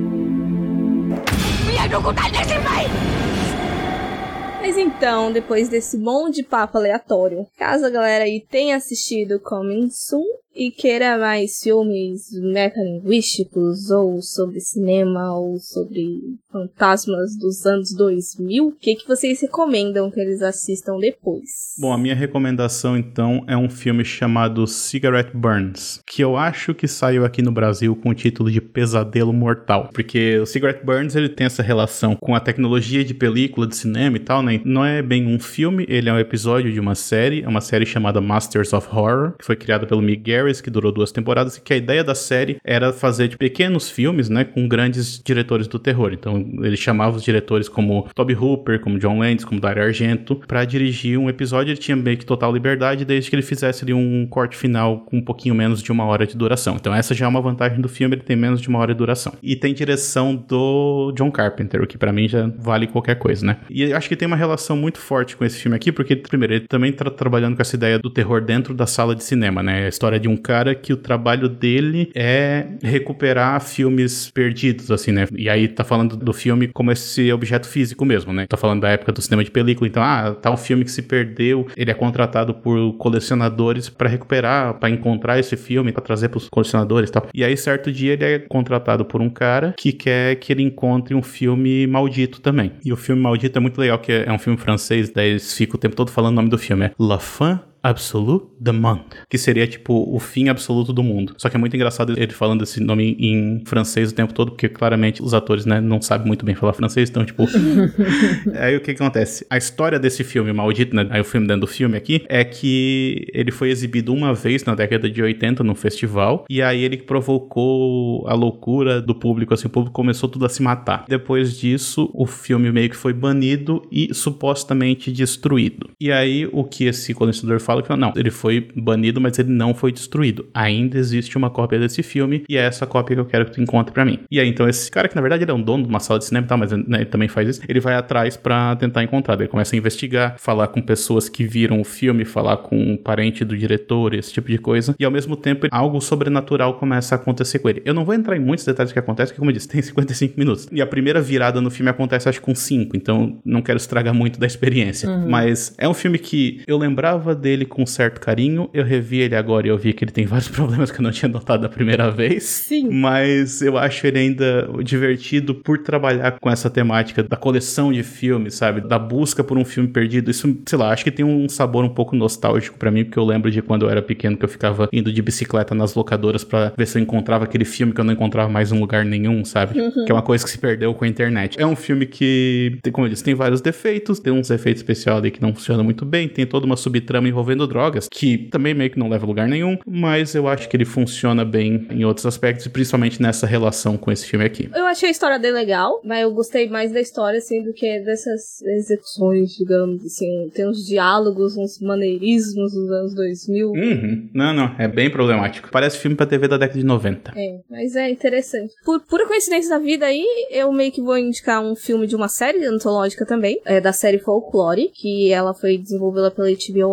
Mas então, depois desse monte de papo aleatório, caso a galera aí tenha assistido Coming Soon e queira mais filmes metalinguísticos, ou sobre cinema, ou sobre fantasmas dos anos dois mil, o que, que vocês recomendam que eles assistam depois? Bom, a minha recomendação, então, é um filme chamado Cigarette Burns, que eu acho que saiu aqui no Brasil com o título de Pesadelo Mortal, porque o Cigarette Burns, ele tem essa relação com a tecnologia de película, de cinema e tal, né? Não é bem um filme, ele é um episódio de uma série, é uma série chamada Masters of Horror, que foi criada pelo Miguel, que durou duas temporadas, e que a ideia da série era fazer de pequenos filmes, né, com grandes diretores do terror. Então, ele chamava os diretores como Tobe Hooper, como John Landis, como Dario Argento, pra dirigir um episódio. Ele tinha meio que total liberdade, desde que ele fizesse ali um corte final com um pouquinho menos de uma hora de duração. Então, essa já é uma vantagem do filme, ele tem menos de uma hora de duração. E tem direção do John Carpenter, o que pra mim já vale qualquer coisa, né? E eu acho que tem uma relação muito forte com esse filme aqui, porque, primeiro, ele também tá trabalhando com essa ideia do terror dentro da sala de cinema, né? A história de um cara que o trabalho dele é recuperar filmes perdidos, assim, né? E aí tá falando do filme como esse objeto físico mesmo, né? Tá falando da época do cinema de película, então, ah, tá um filme que se perdeu, ele é contratado por colecionadores pra recuperar, pra encontrar esse filme, pra trazer pros colecionadores e tal. E aí, certo dia, ele é contratado por um cara que quer que ele encontre um filme maldito também. E o filme maldito é muito legal, que é um filme francês, daí eles ficam o tempo todo falando o nome do filme, é La Fin Absolu de Monde, que seria tipo o fim absoluto do mundo. Só que é muito engraçado ele falando esse nome em francês o tempo todo, porque claramente os atores, né, não sabem muito bem falar francês, então tipo... Aí o que que acontece? A história desse filme maldito, né, aí o filme dentro do filme aqui, é que ele foi exibido uma vez na década de oitenta num festival, e aí ele provocou a loucura do público, assim, o público começou tudo a se matar. Depois disso, o filme meio que foi banido e supostamente destruído. E aí o que esse colecionador fala que não, ele foi banido, mas ele não foi destruído. Ainda existe uma cópia desse filme e é essa cópia que eu quero que tu encontre pra mim. E aí, então, esse cara que na verdade ele é um dono de uma sala de cinema e tal, mas né, ele também faz isso, ele vai atrás pra tentar encontrar. Ele começa a investigar, falar com pessoas que viram o filme, falar com um parente do diretor, esse tipo de coisa, e ao mesmo tempo algo sobrenatural começa a acontecer com ele. Eu não vou entrar em muitos detalhes que acontecem, porque como eu disse, tem cinquenta e cinco minutos. E a primeira virada no filme acontece acho com cinco, então não quero estragar muito da experiência. Uhum. Mas é um filme que eu lembrava dele com certo carinho, eu revi ele agora e eu vi que ele tem vários problemas que eu não tinha notado da primeira vez. Sim. Mas eu acho ele ainda divertido por trabalhar com essa temática da coleção de filmes, sabe? Da busca por um filme perdido. Isso, sei lá, acho que tem um sabor um pouco nostálgico pra mim, porque eu lembro de quando eu era pequeno que eu ficava indo de bicicleta nas locadoras pra ver se eu encontrava aquele filme que eu não encontrava mais em lugar nenhum, sabe? Uhum. Que é uma coisa que se perdeu com a internet. É um filme que, como eu disse, tem vários defeitos, tem uns efeitos especiais ali que não funcionam muito bem, tem toda uma subtrama envolvendo drogas, que também meio que não leva a lugar nenhum, mas eu acho que ele funciona bem em outros aspectos, principalmente nessa relação com esse filme aqui. Eu achei a história dele legal, mas eu gostei mais da história, assim, do que dessas execuções, digamos, assim, tem uns diálogos, uns maneirismos dos anos dois mil. Uhum. Não, não, é bem problemático. Parece filme pra T V da década de noventa. É, mas é interessante. Por pura coincidência da vida aí, eu meio que vou indicar um filme de uma série antológica também, é da série Folklore, que ela foi desenvolvida pela H B O Ásia,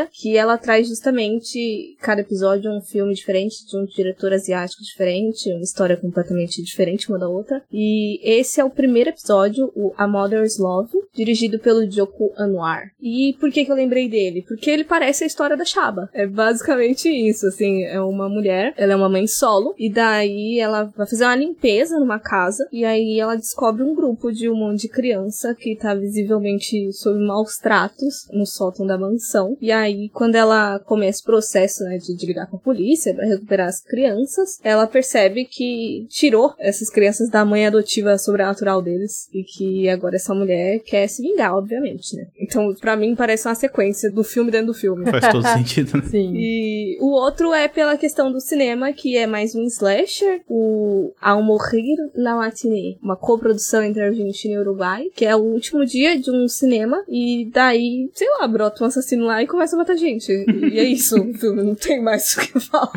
história que ela traz justamente cada episódio um filme diferente, de um diretor asiático diferente, uma história completamente diferente uma da outra. E esse é o primeiro episódio, o A Mother's Love, dirigido pelo Joko Anwar. E por que que eu lembrei dele? Porque ele parece a história da Chaba. É basicamente isso, assim, é uma mulher, ela é uma mãe solo, e daí ela vai fazer uma limpeza numa casa, e aí ela descobre um grupo de um monte de criança que tá visivelmente sob maus tratos no sótão da mansão. E aí, quando ela começa o processo, né, de, de ligar com a polícia pra recuperar as crianças, ela percebe que tirou essas crianças da mãe adotiva sobrenatural deles, e que agora essa mulher quer se vingar, obviamente, né? Então, pra mim, parece uma sequência do filme dentro do filme. Faz todo sentido, né? Sim. E o outro é pela questão do cinema, que é mais um slasher, o Ao Morrer na Matinée, uma coprodução entre Argentina e Uruguai, que é o último dia de um cinema, e daí, sei lá, brota um assassino lá e começa a matar gente. E é isso, o filme, não tem mais o que falar.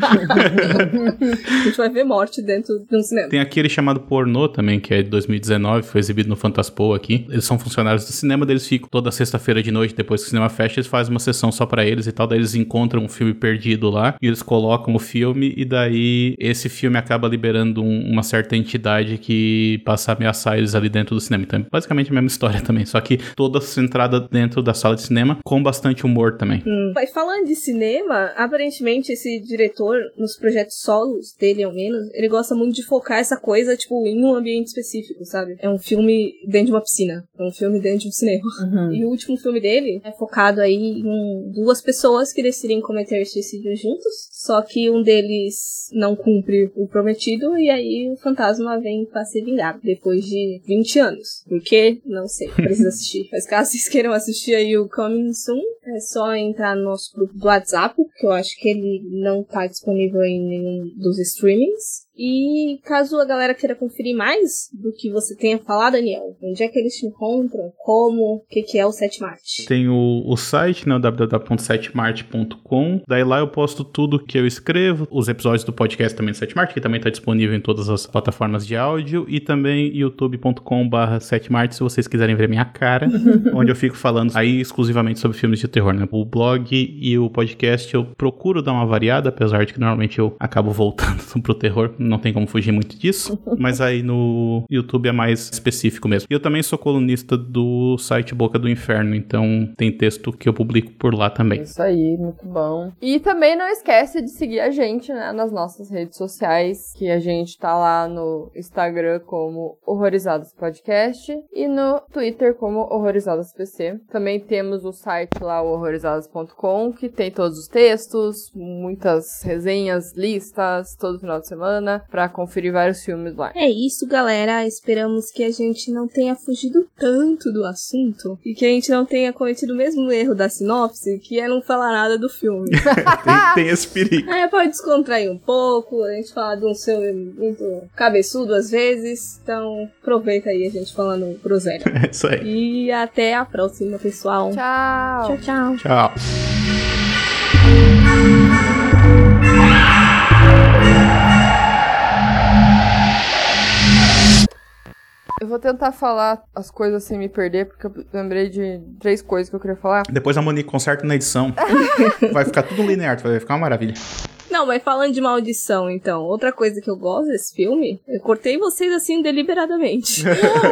A gente vai ver morte dentro de um cinema. Tem aquele chamado Pornô também, que é de dois mil e dezenove, foi exibido no Fantaspoa aqui. Eles são funcionários do cinema, eles ficam toda sexta-feira de noite, depois que o cinema fecha, eles fazem uma sessão só pra eles e tal, daí eles encontram um filme perdido lá, e eles colocam o filme, e daí esse filme acaba liberando um, uma certa entidade que passa a ameaçar eles ali dentro do cinema. Então é basicamente a mesma história também, só que toda centrada dentro da sala de cinema, com bastante humor também. Hum. Mas falando de cinema, aparentemente esse diretor, nos projetos solos dele ao menos, ele gosta muito de focar essa coisa, tipo, em um ambiente específico, sabe? É um filme dentro de uma piscina, é um filme dentro de um cinema. Uhum. E o último filme dele é focado aí em duas pessoas que decidem cometer suicídio juntos, só que um deles não cumpre o prometido, e aí o fantasma vem pra se vingar, depois de vinte anos. Por quê? Não sei, precisa assistir. Mas caso vocês queiram assistir aí o Coming Soon, é só entrar no nosso grupo do WhatsApp, que eu acho que ele não tá disponível em nenhum dos streamings. E caso a galera queira conferir mais do que você tenha falado, Daniel, onde é que eles te encontram? Como? O que, que é o sete Marte? Tem o, o site, né, w w w ponto sete marte ponto com. Daí lá eu posto tudo que eu escrevo, os episódios do podcast também do sete Marte, que também está disponível em todas as plataformas de áudio, e também youtube ponto com barra sete marte, se vocês quiserem ver minha cara, onde eu fico falando aí exclusivamente sobre filmes de terror, né? O blog e o podcast eu procuro dar uma variada, apesar de que normalmente eu acabo voltando pro terror, não tem como fugir muito disso, mas aí no YouTube é mais específico mesmo. E eu também sou colunista do site Boca do Inferno, então tem texto que eu publico por lá também. Isso aí, muito bom. E também não esquece de seguir a gente, né, nas nossas redes sociais, que a gente tá lá no Instagram como Horrorizadas Podcast e no Twitter como Horrorizadas P C. Também temos o site lá, o horrorizadas ponto com, que tem todos os textos, muitas resenhas, listas, todo final de semana, pra conferir vários filmes lá. É isso, galera. Esperamos que a gente não tenha fugido tanto do assunto e que a gente não tenha cometido o mesmo erro da sinopse, que é não falar nada do filme. tem, tem esse perigo. É, pode descontrair um pouco, a gente fala de um filme muito cabeçudo às vezes, então aproveita aí a gente falando groselha. É isso aí. E até a próxima, pessoal. Tchau! Tchau, tchau. Tchau. Eu vou tentar falar as coisas sem me perder, porque eu lembrei de três coisas que eu queria falar. Depois a Monique conserta na edição. Vai ficar tudo linear, vai ficar uma maravilha. Não, mas falando de maldição, então, outra coisa que eu gosto desse filme, eu cortei vocês assim deliberadamente.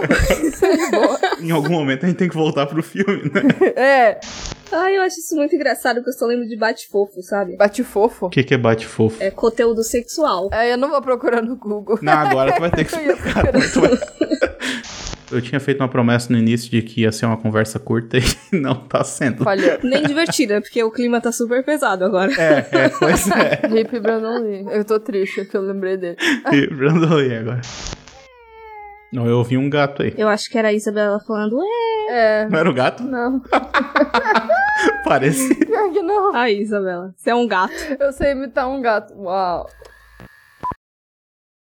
Em algum momento a gente tem que voltar pro filme, né? É. Ai, eu acho isso muito engraçado, porque eu só lembro de bate-fofo, sabe? Bate-fofo? O que, que é bate-fofo? É conteúdo sexual. É, eu não vou procurar no Google. Não, agora tu vai ter que Eu ia explicar. procurar. Tu vai... Eu tinha feito uma promessa no início de que ia ser uma conversa curta e não tá sendo. Falhou. Nem divertida, porque o clima tá super pesado agora. É, é, pois é. Hip Brandon Lee. Eu tô triste, que eu lembrei dele. E Brandon Lee agora. Não, eu ouvi um gato aí. Eu acho que era a Isabela falando, é. É. Não era o gato? Não. Parece. Pior que não. Ai, Isabela, você é um gato. Eu sei imitar um gato. Uau.